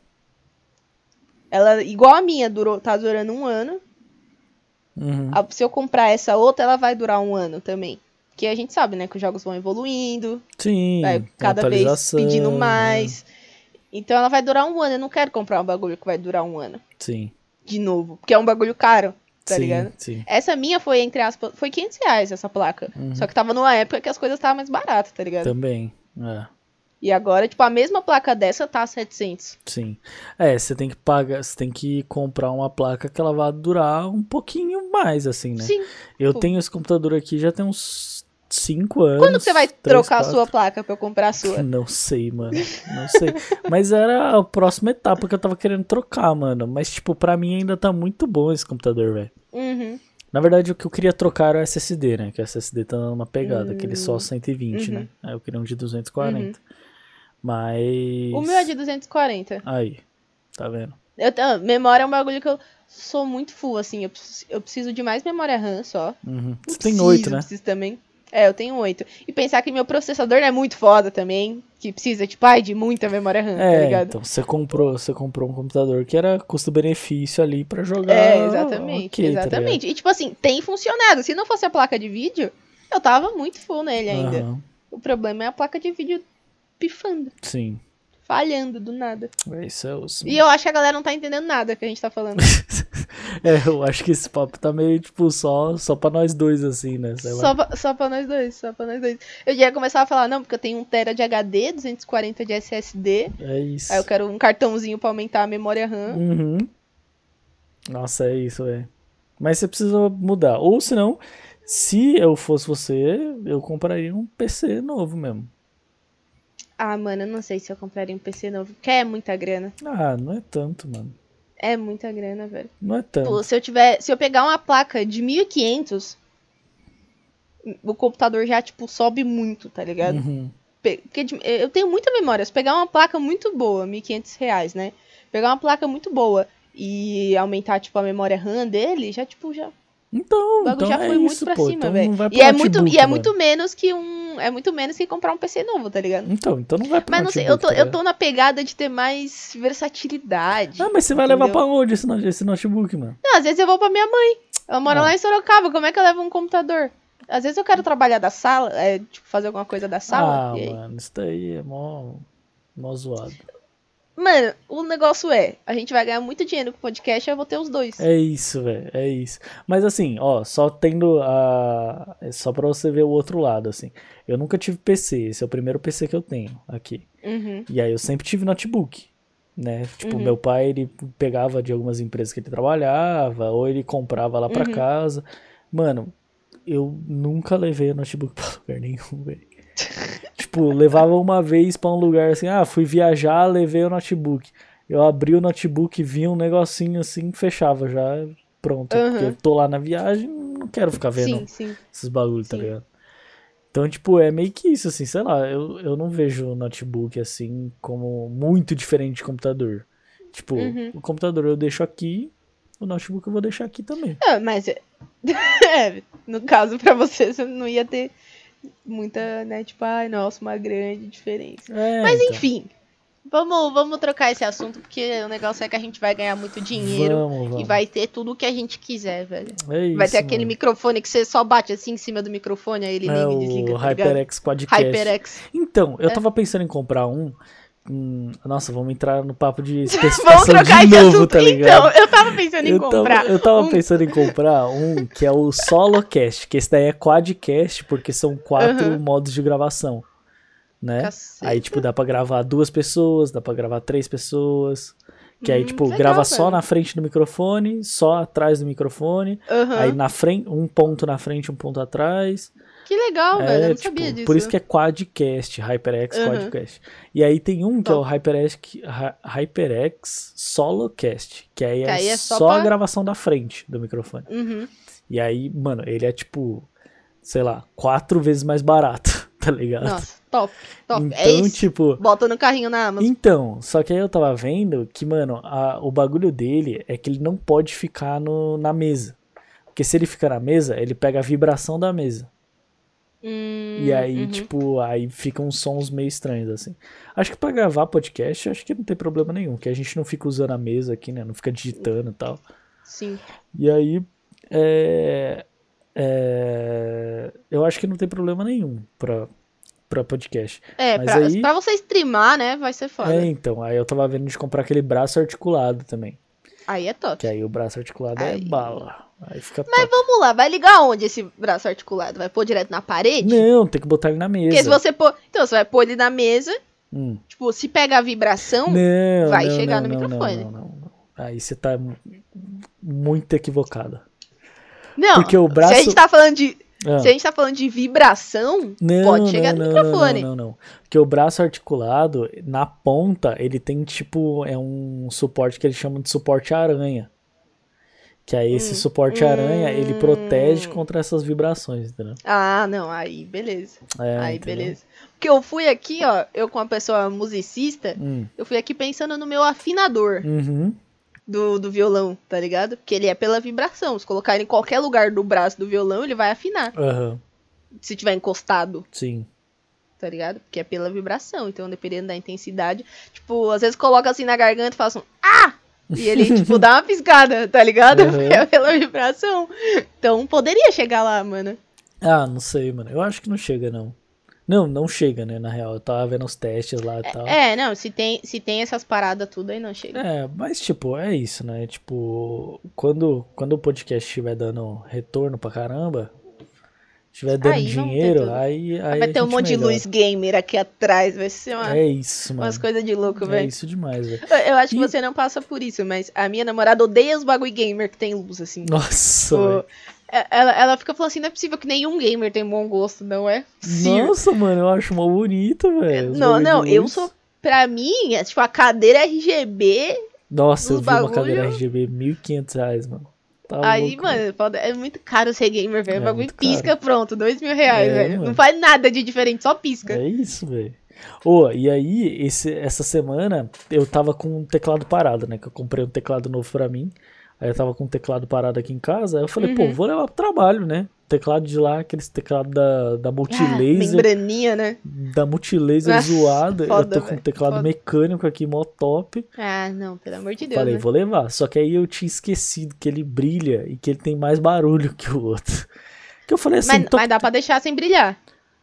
Ela, igual a minha, tá durando 1 ano. Se eu comprar essa outra, ela vai durar 1 ano também. Porque a gente sabe, né, que os jogos vão evoluindo. Sim, vai cada vez pedindo mais. Então ela vai durar 1 ano. Eu não quero comprar um bagulho que vai durar 1 ano. Sim. De novo. Porque é um bagulho caro. tá ligado? Sim. Essa minha foi, entre aspas, foi R$500 essa placa. Só que tava numa época que as coisas estavam mais baratas, tá ligado? Também, E agora, tipo, a mesma placa dessa tá 700. Sim. Você tem que pagar, você tem que comprar uma placa que ela vai durar um pouquinho mais, assim, né? Sim. Eu tenho esse computador aqui já tem uns 5 anos. Quando que você vai 3, trocar 4? a sua placa pra eu comprar a sua? Não sei, mano. Não sei. Mas era a próxima etapa que eu tava querendo trocar, mano. Mas, tipo, pra mim ainda tá muito bom esse computador, velho. Uhum. Na verdade, o que eu queria trocar era o SSD, né? Que o SSD tá dando uma pegada, aquele só 120, né? Aí eu queria um de 240. Mas... O meu é de 240. Aí, tá vendo? Memória é um bagulho que eu sou muito full, assim. Eu preciso de mais memória RAM só. Você tem 8, né? Preciso também. Eu tenho 8. E pensar que meu processador é muito foda também. Que precisa, tipo, de muita memória RAM, tá ligado? Então você comprou um computador que era custo-benefício ali pra jogar. Exatamente, okay, exatamente. E tipo assim, tem funcionado. Se não fosse a placa de vídeo, eu tava muito full nele ainda. O problema é a placa de vídeo pifando. Sim. Falhando do nada. Isso é osso. E eu acho que a galera não tá entendendo nada que a gente tá falando. Eu acho que esse papo tá meio, tipo, só pra nós dois, assim, né? Só pra nós dois. Eu já ia começar a falar, não, porque eu tenho 1 TB de HD, 240 de SSD. É isso. Aí eu quero um cartãozinho pra aumentar a memória RAM. Nossa, é isso, velho. Mas você precisa mudar. Ou senão, se eu fosse você, eu compraria um PC novo mesmo. Mano, eu não sei se eu compraria um PC novo, porque é muita grana. Não é tanto, mano. É muita grana, velho. Não é tanto. Se eu pegar uma placa de 1.500, o computador já, tipo, sobe muito, tá ligado? Porque eu tenho muita memória. Se pegar uma placa muito boa, R$1.500, né? Pegar uma placa muito boa e aumentar, tipo, a memória RAM dele, já, tipo, já... Então, o bagulho já foi é muito isso, pra pô. cima, então velho. E É muito menos que é muito menos que comprar um PC novo, tá ligado? Então não vai pra Mas não sei, eu tô na pegada de ter mais versatilidade. Mas você vai levar pra onde esse notebook, mano? Não, às vezes eu vou pra minha mãe. Ela mora lá em Sorocaba, como é que eu levo um computador? Às vezes eu quero trabalhar da sala, tipo, fazer alguma coisa da sala. Mano, isso daí é mó zoado. Mano, o negócio a gente vai ganhar muito dinheiro com o podcast e eu vou ter os dois. É isso, velho, é isso. Mas assim, só tendo só pra você ver o outro lado, assim. Eu nunca tive PC, esse é o primeiro PC que eu tenho aqui. E aí eu sempre tive notebook, né? Tipo, meu pai, ele pegava de algumas empresas que ele trabalhava, ou ele comprava lá pra casa. Mano, eu nunca levei o notebook pra lugar nenhum, velho. Tipo, levava uma vez pra um lugar assim, fui viajar, levei o notebook. Eu abri o notebook, vi um negocinho assim, fechava já, pronto. Porque eu tô lá na viagem, não quero ficar vendo esses bagulhos, tá ligado? Então, tipo, é meio que isso, assim, sei lá, eu não vejo o notebook assim como muito diferente de computador. Tipo, o computador eu deixo aqui, o notebook eu vou deixar aqui também. Mas, no caso, pra você não ia ter muita, né, tipo, nossa, uma grande diferença. Mas então, enfim, vamos trocar esse assunto, porque o negócio é que a gente vai ganhar muito dinheiro vamos. E vai ter tudo o que a gente quiser, velho. É isso, vai ter aquele microfone que você só bate assim em cima do microfone, aí ele liga e desliga, o HyperX Quadcast. HyperX. Então, eu tava pensando em comprar nossa, vamos entrar no papo de especificação vamos trocar de esse novo, assunto. tá ligado? Então, eu tava pensando em comprar. Eu tava pensando em comprar um que é o Solocast, que esse daí é Quadcast, porque são 4 modos de gravação, né? Caceta. Aí, tipo, dá pra gravar 2 pessoas, dá pra gravar 3 pessoas. Que aí, tipo, legal, grava só velho. na frente do microfone, só atrás do microfone. Aí na frente, um ponto na frente, um ponto atrás. Que legal, velho. Eu não sabia disso. Por isso que é Quadcast, HyperX Quadcast. E aí tem um que é o HyperX Solocast, que aí é só a gravação da frente do microfone. E aí, mano, ele é tipo, sei lá, 4 vezes mais barato, tá ligado? Nossa, top. Então, tipo... Bota no carrinho na Amazon. Então, só que aí eu tava vendo que, mano, o bagulho dele é que ele não pode ficar na mesa. Porque se ele ficar na mesa, ele pega a vibração da mesa. E aí, tipo, aí ficam uns sons meio estranhos, assim. Acho que pra gravar podcast, acho que não tem problema nenhum. Que a gente não fica usando a mesa aqui, né? Não fica digitando e tal. Sim. E aí, eu acho que não tem problema nenhum pra podcast. Mas pra você streamar, né? Vai ser foda. Então. Aí eu tava vendo de comprar aquele braço articulado também. Aí é top. Que aí o braço articulado é bala. Aí fica Mas vamos lá, vai ligar onde esse braço articulado? Vai pôr direto na parede? Não, tem que botar ele na mesa. Porque se você pôr... Então, você vai pôr ele na mesa, tipo, se pega a vibração, vai chegar no microfone. Não. Aí você tá muito equivocada. Não, porque o braço... se a gente tá falando de... Se a gente tá falando de vibração, pode chegar no microfone. Não. Porque o braço articulado, na ponta, ele tem tipo, é um suporte que eles chamam de suporte aranha. Que aí esse suporte aranha, ele protege contra essas vibrações, entendeu? Ah, não, aí beleza. Aí entendeu? beleza. Porque eu fui aqui, ó, eu com uma pessoa musicista, eu fui aqui pensando no meu afinador. Do violão, tá ligado? Porque ele é pela vibração. Se colocar ele em qualquer lugar do braço do violão, ele vai afinar. Se tiver encostado. Sim. Tá ligado? Porque é pela vibração. Então, dependendo da intensidade. Tipo, às vezes coloca assim na garganta e fala assim, ah! E ele, tipo, dá uma piscada, tá ligado? É pela vibração. Então, poderia chegar lá, mano. Ah, não sei, mano. Eu acho que não chega, não. Não chega, né, na real. Eu tava vendo os testes lá e tal. Não, se tem essas paradas tudo aí não chega. Mas tipo, é isso, né? Tipo, quando o podcast estiver dando retorno pra caramba, estiver dando dinheiro, aí vai ter um monte de luz gamer aqui atrás, vai ser umas coisas de louco, velho. É isso demais, velho. Eu acho que você não passa por isso, mas a minha namorada odeia os bagulho gamer que tem luz, assim. Nossa, velho. Ela fica falando assim, não é possível que nenhum gamer tem bom gosto, não é possível. Nossa, mano, eu acho mó bonito, velho. Não, eu sou, pra mim, tipo, a cadeira RGB... Nossa, eu vi uma cadeira RGB R$1.500, mano. Tá aí, louco, mano, é muito caro ser gamer, velho. O bagulho pisca, pronto, R$2.000, velho. Mano. Não faz nada de diferente, só pisca. É isso, velho. E aí, essa semana, eu tava com um teclado parado, né? Que eu comprei um teclado novo pra mim. Aí eu tava com o teclado parado aqui em casa. Aí eu falei, vou levar pro trabalho, né? Teclado de lá, aqueles teclados da Multilaser. Membraninha, né? Da Multilaser zoada. Foda, eu tô com um teclado mecânico aqui, mó top. Ah, não, pelo amor de Deus. Falei, né? vou levar. Só que aí eu tinha esquecido que ele brilha e que ele tem mais barulho que o outro. Que eu falei assim... Mas dá pra deixar sem brilhar.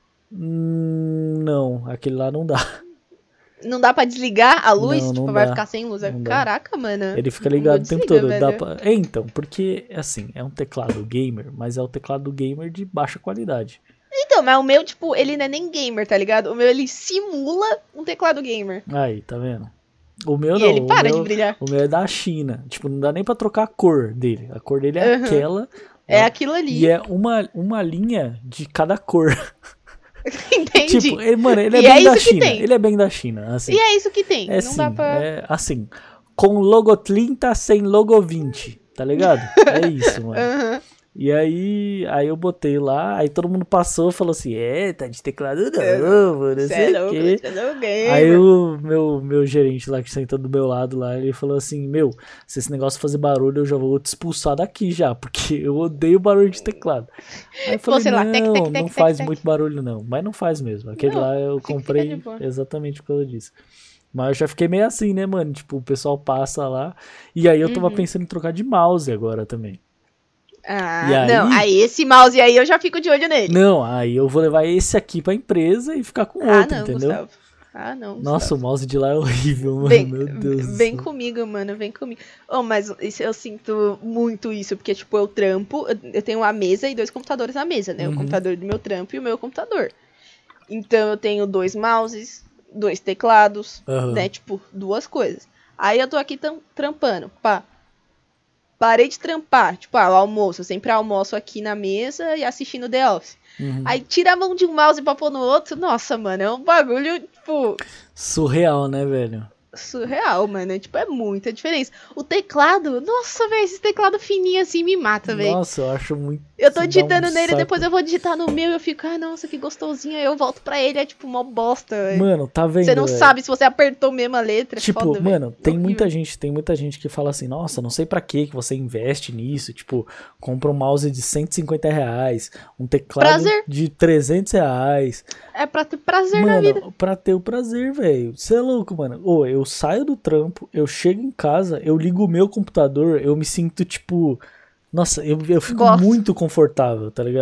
Não, aquele lá não dá. Não dá pra desligar a luz? Não, tipo, não vai dá. ficar sem luz. Não dá. Caraca, mano. Ele fica ligado o tempo todo. Velho. Então, porque, assim, é um teclado gamer, mas é o teclado gamer de baixa qualidade. Então, mas o meu, tipo, ele não é nem gamer, tá ligado? O meu, ele simula um teclado gamer. Aí, tá vendo? O meu E não. ele para de brilhar. O meu é da China. Tipo, não dá nem pra trocar a cor dele. A cor dele é aquela. É aquilo ali. E é uma linha de cada cor. Entendi. Tipo, ele é bem da China. Ele é bem da China, assim. E é isso que tem. É, não sim, dá pra... é assim, com logo 30, sem logo 20, tá ligado? É isso, mano. E aí eu botei lá, aí todo mundo passou e falou assim, tá de teclado novo, não sei o quê. Aí o meu gerente lá que sentou do meu lado lá, ele falou assim, se esse negócio fazer barulho, eu já vou te expulsar daqui já, porque eu odeio barulho de teclado. Aí eu falei, não faz muito barulho não, mas não faz mesmo. Aquele lá eu comprei exatamente por causa disso. Mas eu já fiquei meio assim, né, mano? Tipo, o pessoal passa lá, e aí eu tava pensando em trocar de mouse agora também. Aí esse mouse aí eu já fico de olho nele. Não, aí eu vou levar esse aqui pra empresa e ficar com outro, entendeu? Gustavo. Não, nossa, Gustavo. O mouse de lá é horrível, mano, meu Deus. Vem comigo, mano, vem comigo. Mas eu sinto muito isso, porque, tipo, eu trampo, eu tenho uma mesa e 2 computadores na mesa, né? O computador do meu trampo e o meu computador. Então eu tenho 2 mouses, 2 teclados, né? Tipo, 2 coisas. Aí eu tô aqui trampando, pá. Parei de trampar, tipo, o almoço. Eu sempre almoço aqui na mesa e assistindo The Office. Aí tira a mão de um mouse pra pôr no outro. Nossa, mano, é um bagulho, tipo... surreal, né, velho? Surreal, mano. Tipo, é muita diferença. O teclado, nossa, velho, esse teclado fininho assim me mata, velho. Nossa, eu acho muito... Eu tô digitando nele, depois eu vou digitar no meu e eu fico, nossa, que gostosinho. Aí eu volto pra ele, é tipo, mó bosta, velho. Mano, tá vendo, você não sabe se você apertou mesmo a letra. Tipo, foda, mano, tem muita gente que fala assim, nossa, não sei pra que você investe nisso. Tipo, compra um mouse de R$150, um teclado de R$300. É pra ter prazer na vida. Pra ter o prazer, velho. Você é louco, mano. Eu saio do trampo, eu chego em casa, eu ligo o meu computador, eu me sinto, tipo... Nossa, eu fico muito confortável, tá ligado?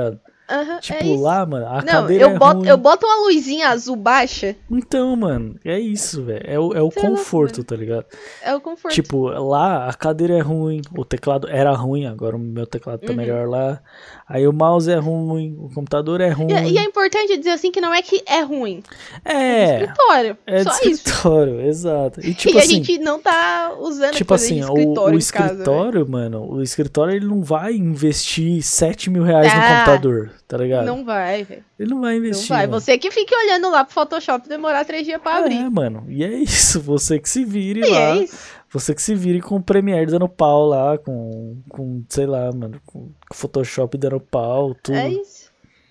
Tipo, lá, mano, a Não, cadeira é ruim. eu boto uma luzinha azul baixa. Então, mano, é isso, velho. É o conforto, tá ligado? É o conforto. Tipo, lá a cadeira é ruim, o teclado era ruim, agora o meu teclado tá melhor lá. Aí o mouse é ruim, o computador é ruim. E é importante dizer assim que não é que é ruim. É de escritório. É só de escritório, isso. Exato. E, tipo, e assim, a gente não tá usando tipo coisa assim, de escritório o em casa, escritório, mano, o escritório ele não vai investir 7 mil reais no computador, tá ligado? Não vai, velho. Ele não vai investir. Não vai. Mano. Você que fique olhando lá pro Photoshop e demorar 3 dias pra abrir. É, mano. E é isso. Você que se vire E lá. é isso. Você que se vire com o Premiere dando pau lá, com sei lá, mano, com Photoshop dando pau, tudo. É isso.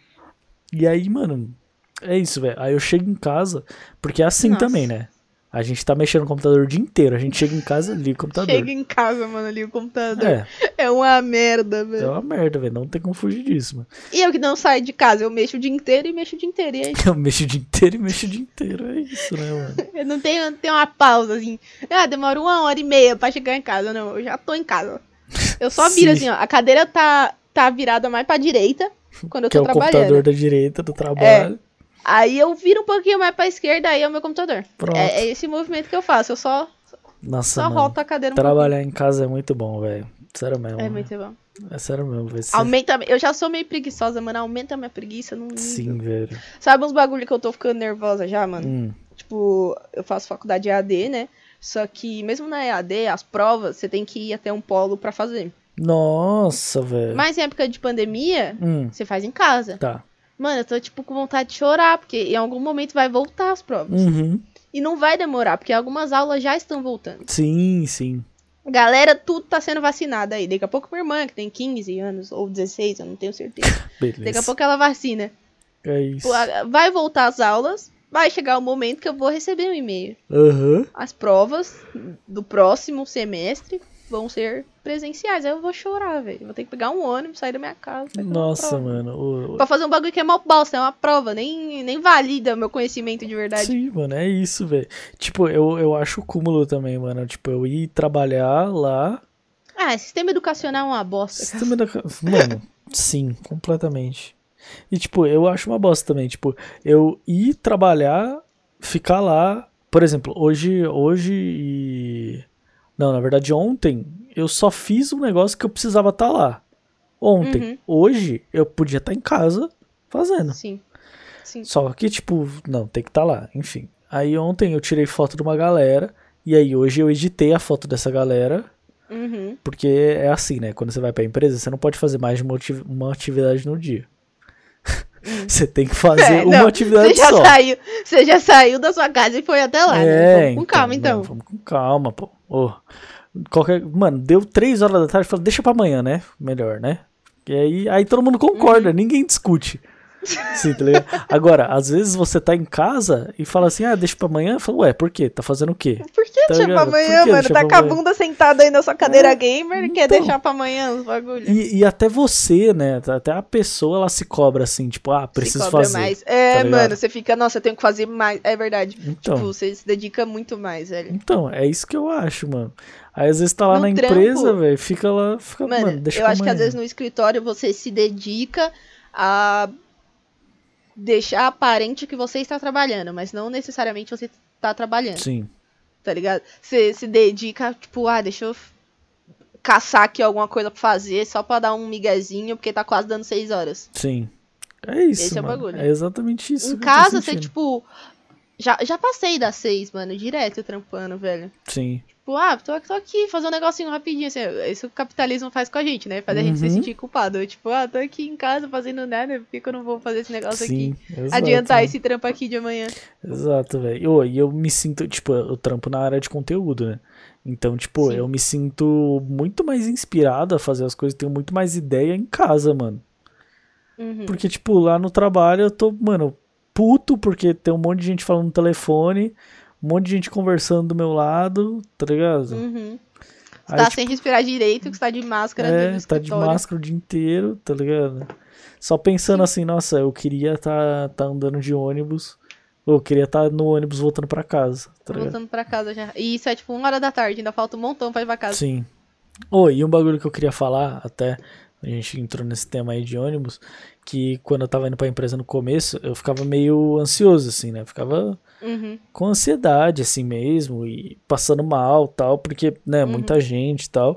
E aí, mano, é isso, velho. Aí eu chego em casa, porque é assim também, né? A gente tá mexendo no computador o dia inteiro. A gente chega em casa, liga o computador. Chega em casa, mano, liga o computador. É uma merda, velho. É uma merda, velho. Não tem como fugir disso, mano. E eu que não saio de casa, eu mexo o dia inteiro e mexo o dia inteiro. E é isso. Eu mexo o dia inteiro e mexo o dia inteiro. É isso, né, mano? Eu não tenho uma pausa, assim. Demora 1h30 pra chegar em casa. Não, eu já tô em casa. Eu só viro assim, ó. A cadeira tá virada mais pra direita quando eu tô trabalhando. Que é o computador da direita do trabalho. Aí eu viro um pouquinho mais pra esquerda, aí é o meu computador. Pronto. É esse movimento que eu faço. Eu só volto a cadeira trabalhar em casa é muito bom, velho. Sério mesmo. É muito bom. É sério mesmo. Aumenta. Eu já sou meio preguiçosa, mano. Aumenta a minha preguiça num nível. Sim, velho. Sabe uns bagulho que eu tô ficando nervosa já, mano? Tipo, eu faço faculdade EAD, né? Só que mesmo na EAD, as provas, você tem que ir até um polo pra fazer. Nossa, velho. Mas em época de pandemia, você faz em casa. Tá. Mano, eu tô, tipo, com vontade de chorar, porque em algum momento vai voltar as provas. E não vai demorar, porque algumas aulas já estão voltando. Sim, sim. Galera, tudo tá sendo vacinada aí. Daqui a pouco minha irmã, que tem 15 anos, ou 16, eu não tenho certeza. Beleza. Daqui a pouco ela vacina. É isso. Vai voltar as aulas, vai chegar o momento que eu vou receber um e-mail. As provas do próximo semestre vão ser presenciais. Aí eu vou chorar, velho. Vou ter que pegar um ônibus, sair da minha casa. Nossa, mano. Pra fazer um bagulho que é mó bosta, é uma prova. Nem valida o meu conhecimento de verdade. Sim, mano, é isso, velho. Tipo, eu acho o cúmulo também, mano. Tipo, eu ir trabalhar lá. Sistema educacional é uma bosta. Mano, sim, completamente. E, tipo, eu acho uma bosta também. Tipo, eu ir trabalhar, ficar lá. Por exemplo, hoje e... Não, na verdade, ontem eu só fiz um negócio que eu precisava estar lá. Ontem. Hoje eu podia estar em casa fazendo. Sim. Só que, tipo, não, tem que estar lá. Enfim. Aí ontem eu tirei foto de uma galera. E aí hoje eu editei a foto dessa galera. Porque é assim, né? Quando você vai pra empresa, você não pode fazer mais de uma atividade no dia. Você tem que fazer uma atividade só. Você já saiu da sua casa e foi até lá, né? Vamos com calma, então. Não, vamos com calma, pô. Mano, deu 3 horas da tarde, falei, deixa pra amanhã, né? Melhor, né? E aí todo mundo concorda, ninguém discute. Sim, tá ligado? Agora, às vezes você tá em casa e fala assim, deixa pra amanhã. Fala, ué, por quê? Tá fazendo o quê? Por que deixa pra amanhã, mano? Tá com a bunda sentada aí na sua cadeira gamer e quer deixar pra amanhã os bagulhos. E até você, né? Até a pessoa, ela se cobra assim, tipo, preciso fazer. Mais. Mano, você fica, nossa, eu tenho que fazer mais. É verdade. Então, tipo, você se dedica muito mais, velho. Então, é isso que eu acho, mano. Aí às vezes tá lá na empresa, velho, fica lá, mano, deixa eu acho que às vezes no escritório você se dedica a deixar aparente que você está trabalhando, mas não necessariamente você tá trabalhando. Sim. Tá ligado? Você se dedica, tipo, deixa eu caçar aqui alguma coisa pra fazer só pra dar um miguezinho, porque tá quase dando 6 horas. Sim. É isso, esse mano. É o bagulho. É exatamente isso. Em casa, você, tipo... Já passei das 6, mano, direto trampando, velho. Sim. Tipo, tô aqui, fazer um negocinho rapidinho, assim, isso o capitalismo faz com a gente, né? Faz a gente se sentir culpado. Eu, tipo, tô aqui em casa fazendo nada, por que eu não vou fazer esse negócio aqui? Exato, adiantar esse trampo aqui de amanhã. Exato, velho. E eu me sinto, tipo, eu trampo na área de conteúdo, né? Então, tipo, eu me sinto muito mais inspirado a fazer as coisas, tenho muito mais ideia em casa, mano. Porque, tipo, lá no trabalho eu tô, mano, puto, porque tem um monte de gente falando no telefone, um monte de gente conversando do meu lado, tá ligado? Você tá sem respirar direito, que você tá de máscara. Tá de máscara o dia inteiro, tá ligado? Só pensando assim, nossa, eu queria tá andando de ônibus, ou eu queria tá no ônibus voltando pra casa, tá ligado? Voltando pra casa já. E isso é tipo 1h da tarde, ainda falta um montão pra ir pra casa. Sim. E um bagulho que eu queria falar até, a gente entrou nesse tema aí de ônibus, que quando eu tava indo pra empresa no começo, eu ficava meio ansioso, assim, né? Eu ficava com ansiedade, assim mesmo, e passando mal, tal, porque, né, muita gente e tal.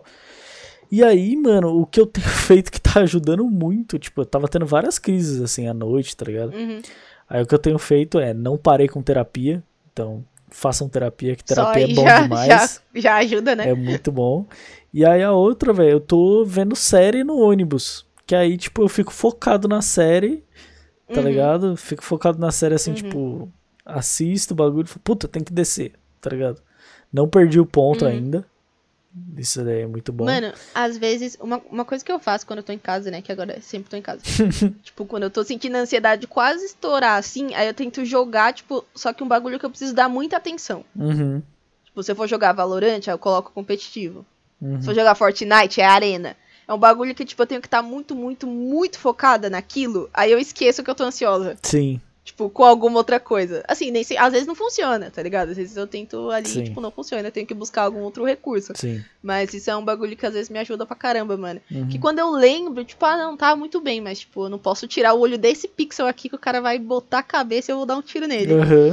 E aí, mano, o que eu tenho feito que tá ajudando muito, tipo, eu tava tendo várias crises, assim, à noite, tá ligado? Aí o que eu tenho feito é, não parei com terapia, então façam terapia, que terapia é bom demais. Já ajuda, né? É muito bom. E aí a outra, velho, eu tô vendo série no ônibus, que aí, tipo, eu fico focado na série, tá ligado? Fico focado na série, assim, tipo, assisto o bagulho, puta, tem que descer, tá ligado? Não perdi o ponto ainda. Isso daí é muito bom. Mano, às vezes, uma coisa que eu faço quando eu tô em casa, né? Que agora sempre tô em casa. Tipo, quando eu tô sentindo a ansiedade quase estourar, assim, aí eu tento jogar, tipo, só que um bagulho que eu preciso dar muita atenção. Tipo, se eu for jogar Valorant, aí eu coloco competitivo. Se eu for jogar Fortnite, é arena. É um bagulho que, tipo, eu tenho que estar muito, muito, muito focada naquilo, aí eu esqueço que eu tô ansiosa. Sim. Tipo, com alguma outra coisa. Assim, nem sei, às vezes não funciona, tá ligado? Às vezes eu tento ali, Sim. tipo, não funciona. Eu tenho que buscar algum outro recurso. Sim. Mas isso é um bagulho que às vezes me ajuda pra caramba, mano. Que quando eu lembro, tipo, não, tá muito bem. Mas, tipo, eu não posso tirar o olho desse pixel aqui que o cara vai botar a cabeça e eu vou dar um tiro nele.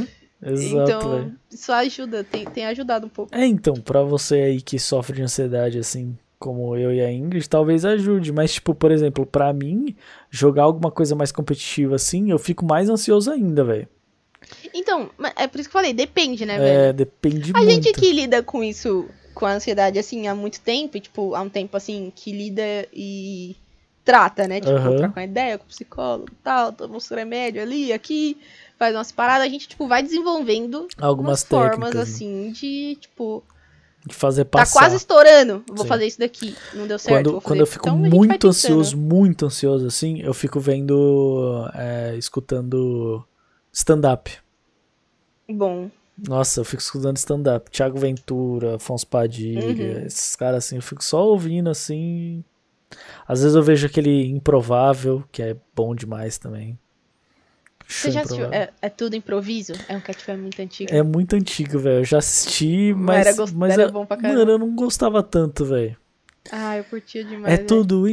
Exato, então, véio. isso ajuda, tem ajudado um pouco. Então, pra você aí que sofre de ansiedade, assim, como eu e a Ingrid, talvez ajude. Mas, tipo, por exemplo, pra mim, jogar alguma coisa mais competitiva, assim, eu fico mais ansioso ainda, velho. Então, é por isso que eu falei, depende, né, velho? Depende muito. A gente que lida com isso, com a ansiedade, assim, há muito tempo, e, tipo, há um tempo, assim, que lida e trata, né? Tipo, troca uma ideia com o psicólogo e tal, toma uns remédios ali, aqui, faz umas paradas, a gente, tipo, vai desenvolvendo algumas formas, técnicas, assim, de, tipo... de fazer passar. Tá quase estourando, vou fazer isso daqui, não deu certo, Quando eu fico então, muito ansioso, assim, eu fico vendo, escutando stand-up. Bom. Nossa, eu fico escutando stand-up. Thiago Ventura, Afonso Padilha, esses caras assim, eu fico só ouvindo assim. Às vezes eu vejo aquele Improvável, que é bom demais também. Você já assistiu? É tudo improviso? É um catfish muito antigo. É muito antigo, velho. Eu já assisti, mas era bom pra caramba. Mano, eu não gostava tanto, velho. Ah, eu curtia demais. Tudo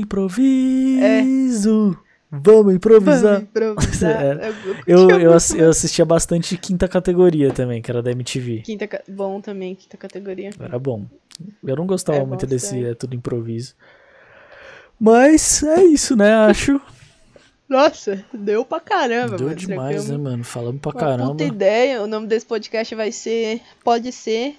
improviso. Vamos improvisar. Eu assistia bastante Quinta Categoria também, que era da MTV. Bom também, Quinta Categoria. Era bom. Eu não gostava muito desse tudo improviso. Mas é isso, né? Acho. Nossa, deu pra caramba, deu mano. Deu demais, né, mano? Falamos pra caramba. Puta ideia. O nome desse podcast pode ser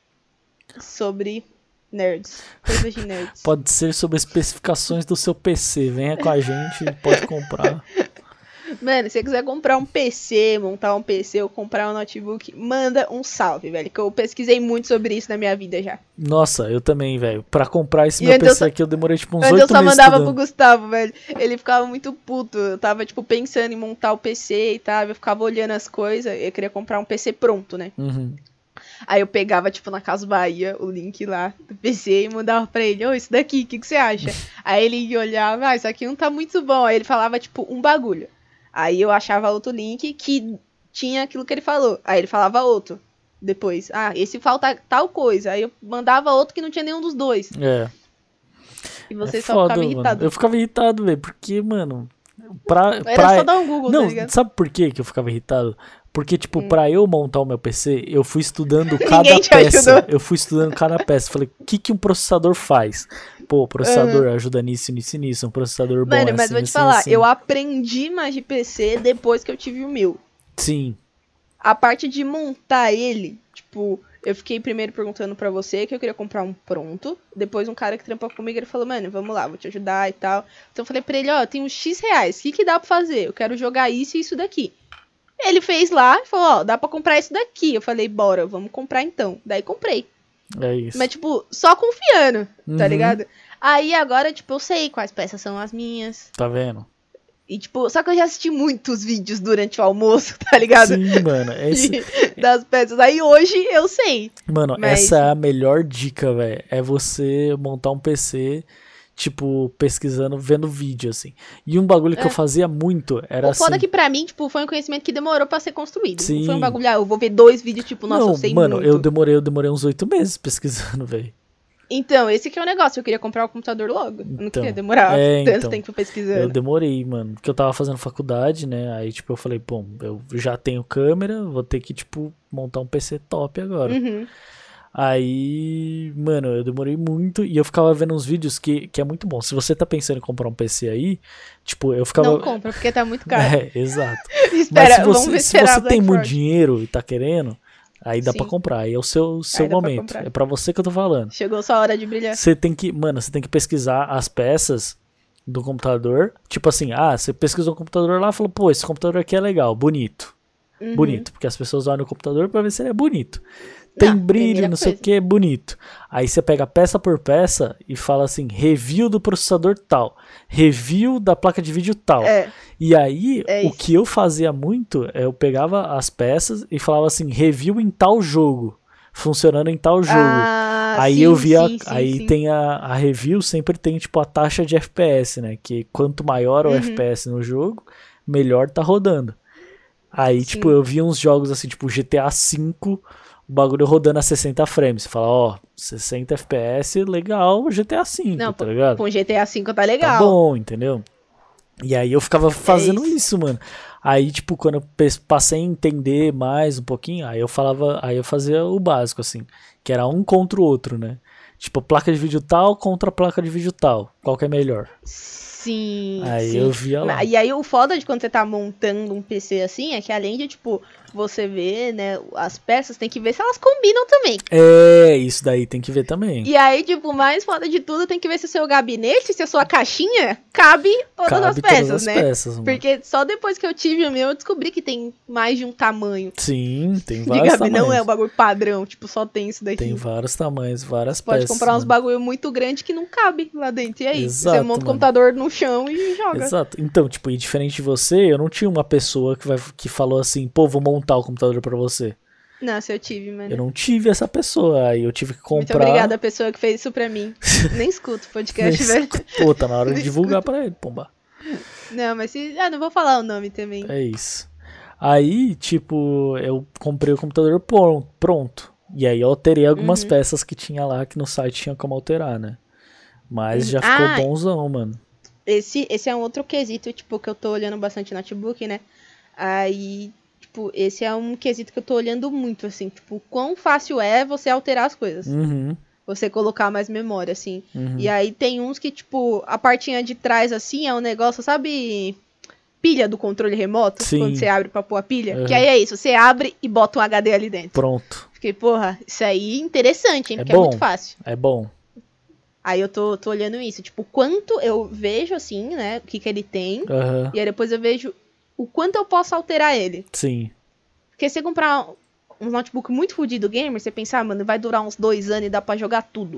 sobre nerds. Coisas de nerds. Pode ser sobre especificações do seu PC. Venha com a gente, pode comprar. Mano, se você quiser comprar um PC, montar um PC ou comprar um notebook, manda um salve, velho. Que eu pesquisei muito sobre isso na minha vida já. Nossa, eu também, velho. Pra comprar esse meu PC aqui, eu demorei tipo uns 8 meses. Eu só mandava pro Gustavo, velho. Ele ficava muito puto. Eu tava, tipo, pensando em montar o PC e tal. Eu ficava olhando as coisas. Eu queria comprar um PC pronto, né? Aí eu pegava, tipo, na Casa Bahia, o link lá do PC e mandava pra ele, isso daqui, o que você acha? Aí ele olhava, isso aqui não tá muito bom. Aí ele falava, tipo, um bagulho. Aí eu achava outro link que tinha aquilo que ele falou. Aí ele falava outro. Depois, esse falta tal coisa. Aí eu mandava outro que não tinha nenhum dos dois. E você só ficava irritado. Mano. Eu ficava irritado, velho, porque, mano... Era só dar um Google, não, tá ligado? Sabe por que eu ficava irritado? Porque, tipo, pra eu montar o meu PC, eu fui estudando cada peça. Eu fui estudando cada peça. Falei, o que um processador faz? Pô, o processador ajuda nisso. Um processador bom. Mano, mas vou te falar, eu aprendi mais de PC depois que eu tive o meu. Sim. A parte de montar ele, tipo, eu fiquei primeiro perguntando pra você que eu queria comprar um pronto. Depois um cara que trampou comigo, ele falou, mano, vamos lá, vou te ajudar e tal. Então eu falei pra ele, tem uns X reais, o que dá pra fazer? Eu quero jogar isso e isso daqui. Ele fez lá e falou, dá pra comprar isso daqui. Eu falei, bora, vamos comprar então. Daí comprei. É isso. Mas, tipo, só confiando, tá ligado? Aí agora, tipo, eu sei quais peças são as minhas. Tá vendo? E, tipo, só que eu já assisti muitos vídeos durante o almoço, tá ligado? Sim, mano. Das peças. Aí hoje eu sei. Mano, essa é a melhor dica, velho. É você montar um PC... Tipo, pesquisando, vendo vídeo, assim. E um bagulho que eu fazia muito era assim... O foda que pra mim, tipo, foi um conhecimento que demorou pra ser construído. Sim. Não foi um bagulho, eu vou ver 2 vídeos, tipo, nossa, eu sei mano, muito. eu demorei uns 8 meses pesquisando, velho. Então, esse que é o negócio. Eu queria comprar o computador logo. Eu não queria demorar tanto tempo pesquisando. Eu demorei, mano. Porque eu tava fazendo faculdade, né? Aí, tipo, eu falei, pô, eu já tenho câmera, vou ter que, tipo, montar um PC top agora. Uhum. Aí, mano, eu demorei muito e eu ficava vendo uns vídeos que é muito bom. Se você tá pensando em comprar um PC aí, tipo, eu ficava... Não compra, porque tá muito caro. Exato. Espera, Mas vamos se esperar você tem muito Fraud. dinheiro e tá querendo, aí dá Sim. pra comprar. Aí é o seu momento. É pra você que eu tô falando. Chegou sua hora de brilhar. Você tem que pesquisar as peças do computador. Tipo assim, você pesquisou o computador lá e falou, pô, esse computador aqui é legal, bonito. Uhum. Bonito, porque as pessoas olham o computador pra ver se ele é bonito. Tem brilho, não sei o que, é bonito. Aí você pega peça por peça e fala assim, review do processador tal, review da placa de vídeo tal. E aí, o que eu fazia muito, eu pegava as peças e falava assim, review em tal jogo, funcionando em tal jogo. Aí eu via, sim. Tem a review, sempre tem tipo a taxa de FPS, né? Que quanto maior o FPS no jogo, melhor tá rodando. Aí, sim. Tipo, eu via uns jogos assim, tipo GTA V, o bagulho rodando a 60 frames. Você fala, 60 FPS, legal, GTA V, não, tá ligado? Com GTA V tá legal. Tá bom, entendeu? E aí eu ficava fazendo isso, mano. Aí, tipo, quando eu passei a entender mais um pouquinho, aí eu fazia o básico, assim, que era um contra o outro, né? Tipo, placa de vídeo tal contra placa de vídeo tal. Qual que é melhor? Sim. Aí sim. eu via lá. E aí o foda de quando você tá montando um PC assim é que além de, tipo, você ver, né, as peças, tem que ver se elas combinam também. Isso daí tem que ver também. E aí, tipo, o mais foda de tudo, tem que ver se o seu gabinete, se a sua caixinha cabe todas as peças, né? Porque só depois que eu tive o meu, eu descobri que tem mais de um tamanho. Sim, tem vários tamanhos. Não é o bagulho padrão, tipo, só tem isso daqui. Tem vários tamanhos, várias peças. Pode comprar uns bagulho muito grande que não cabe lá dentro. E aí? Exato, você monta o computador no chão e joga. Exato. Então, tipo, e diferente de você, eu não tinha uma pessoa que falou assim, pô, vou montar o computador pra você. Nossa, eu tive, mano. Eu não tive essa pessoa, aí eu tive que comprar. Muito obrigada a pessoa que fez isso pra mim. Nem escuto o podcast, velho. Pô, tá na hora de divulgar pra ele, pomba. Não, mas não vou falar o nome também. É isso. Aí, tipo, eu comprei o computador pronto. E aí eu alterei algumas peças que tinha lá, que no site tinha como alterar, né? Mas já ficou bonzão, mano. Esse é um outro quesito, tipo, que eu tô olhando bastante notebook, né? Aí, tipo, esse é um quesito que eu tô olhando muito, assim, tipo, quão fácil é você alterar as coisas. Você colocar mais memória, assim. E aí tem uns que, tipo, a partinha de trás, assim, é um negócio, sabe, pilha do controle remoto? Sim. Quando você abre pra pôr a pilha. Que aí é isso, você abre e bota um HD ali dentro. Pronto. Fiquei, porra, isso aí é interessante, hein? Porque bom, é muito fácil. É bom. Aí eu tô olhando isso, tipo, quanto eu vejo, assim, né, o que ele tem, e aí depois eu vejo o quanto eu posso alterar ele. Sim. Porque se você comprar um notebook muito fodido gamer, você pensar, mano, vai durar uns 2 anos e dá pra jogar tudo.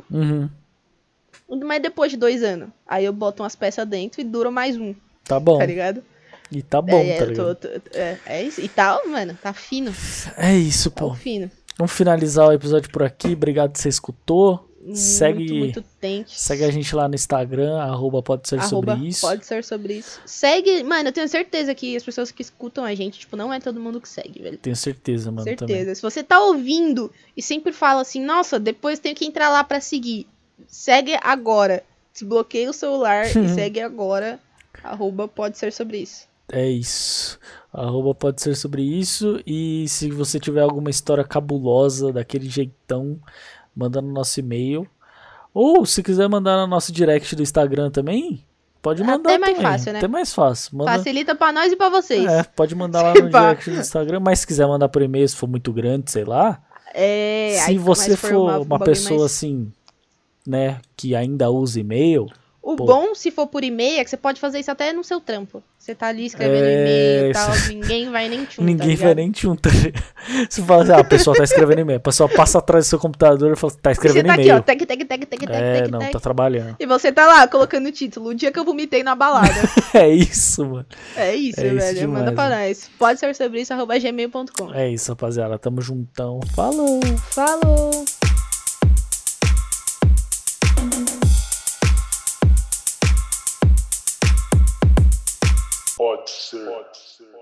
Mas depois de 2 anos, aí eu boto umas peças dentro e dura mais um. Tá bom. Tá ligado? E tá bom, tá ligado? É isso. E tá, mano, tá fino. É isso, pô. Tá fino. Vamos finalizar o episódio por aqui. Obrigado que você escutou. Muito segue a gente lá no Instagram, @pode ser sobre isso. Pode ser sobre isso. Segue, mano, eu tenho certeza que as pessoas que escutam a gente, tipo, não é todo mundo que segue, velho. Tenho certeza, mano. Certeza. Também. Se você tá ouvindo e sempre fala assim, nossa, depois tenho que entrar lá pra seguir. Segue agora. Desbloqueia o celular e segue agora. @pode ser sobre isso. É isso. @pode ser sobre isso. E se você tiver alguma história cabulosa daquele jeitão, manda no nosso e-mail. Ou se quiser mandar no nosso direct do Instagram também, pode mandar. Até mais fácil, né? Até mais fácil. Facilita pra nós e pra vocês. Pode mandar lá no direct do Instagram. Mas se quiser mandar por e-mail, se for muito grande, sei lá. Se você for uma pessoa mais... assim, né, que ainda usa e-mail... bom, se for por e-mail, é que você pode fazer isso até no seu trampo. Você tá ali escrevendo e-mail e tal, ninguém vai nem tchum, ninguém vai nem tchum, tá ligado? Você fala assim, a pessoa tá escrevendo e-mail. A pessoa passa atrás do seu computador e fala, tá escrevendo e-mail. Você tá aqui, ó, tag. Tá trabalhando. E você tá lá, colocando o título, o dia que eu vomitei na balada. É isso, mano. É isso, velho. Demais, manda pra nós. Pode ser sobre isso, @gmail.com. É isso, rapaziada. Tamo juntão. Falou! Pode ser.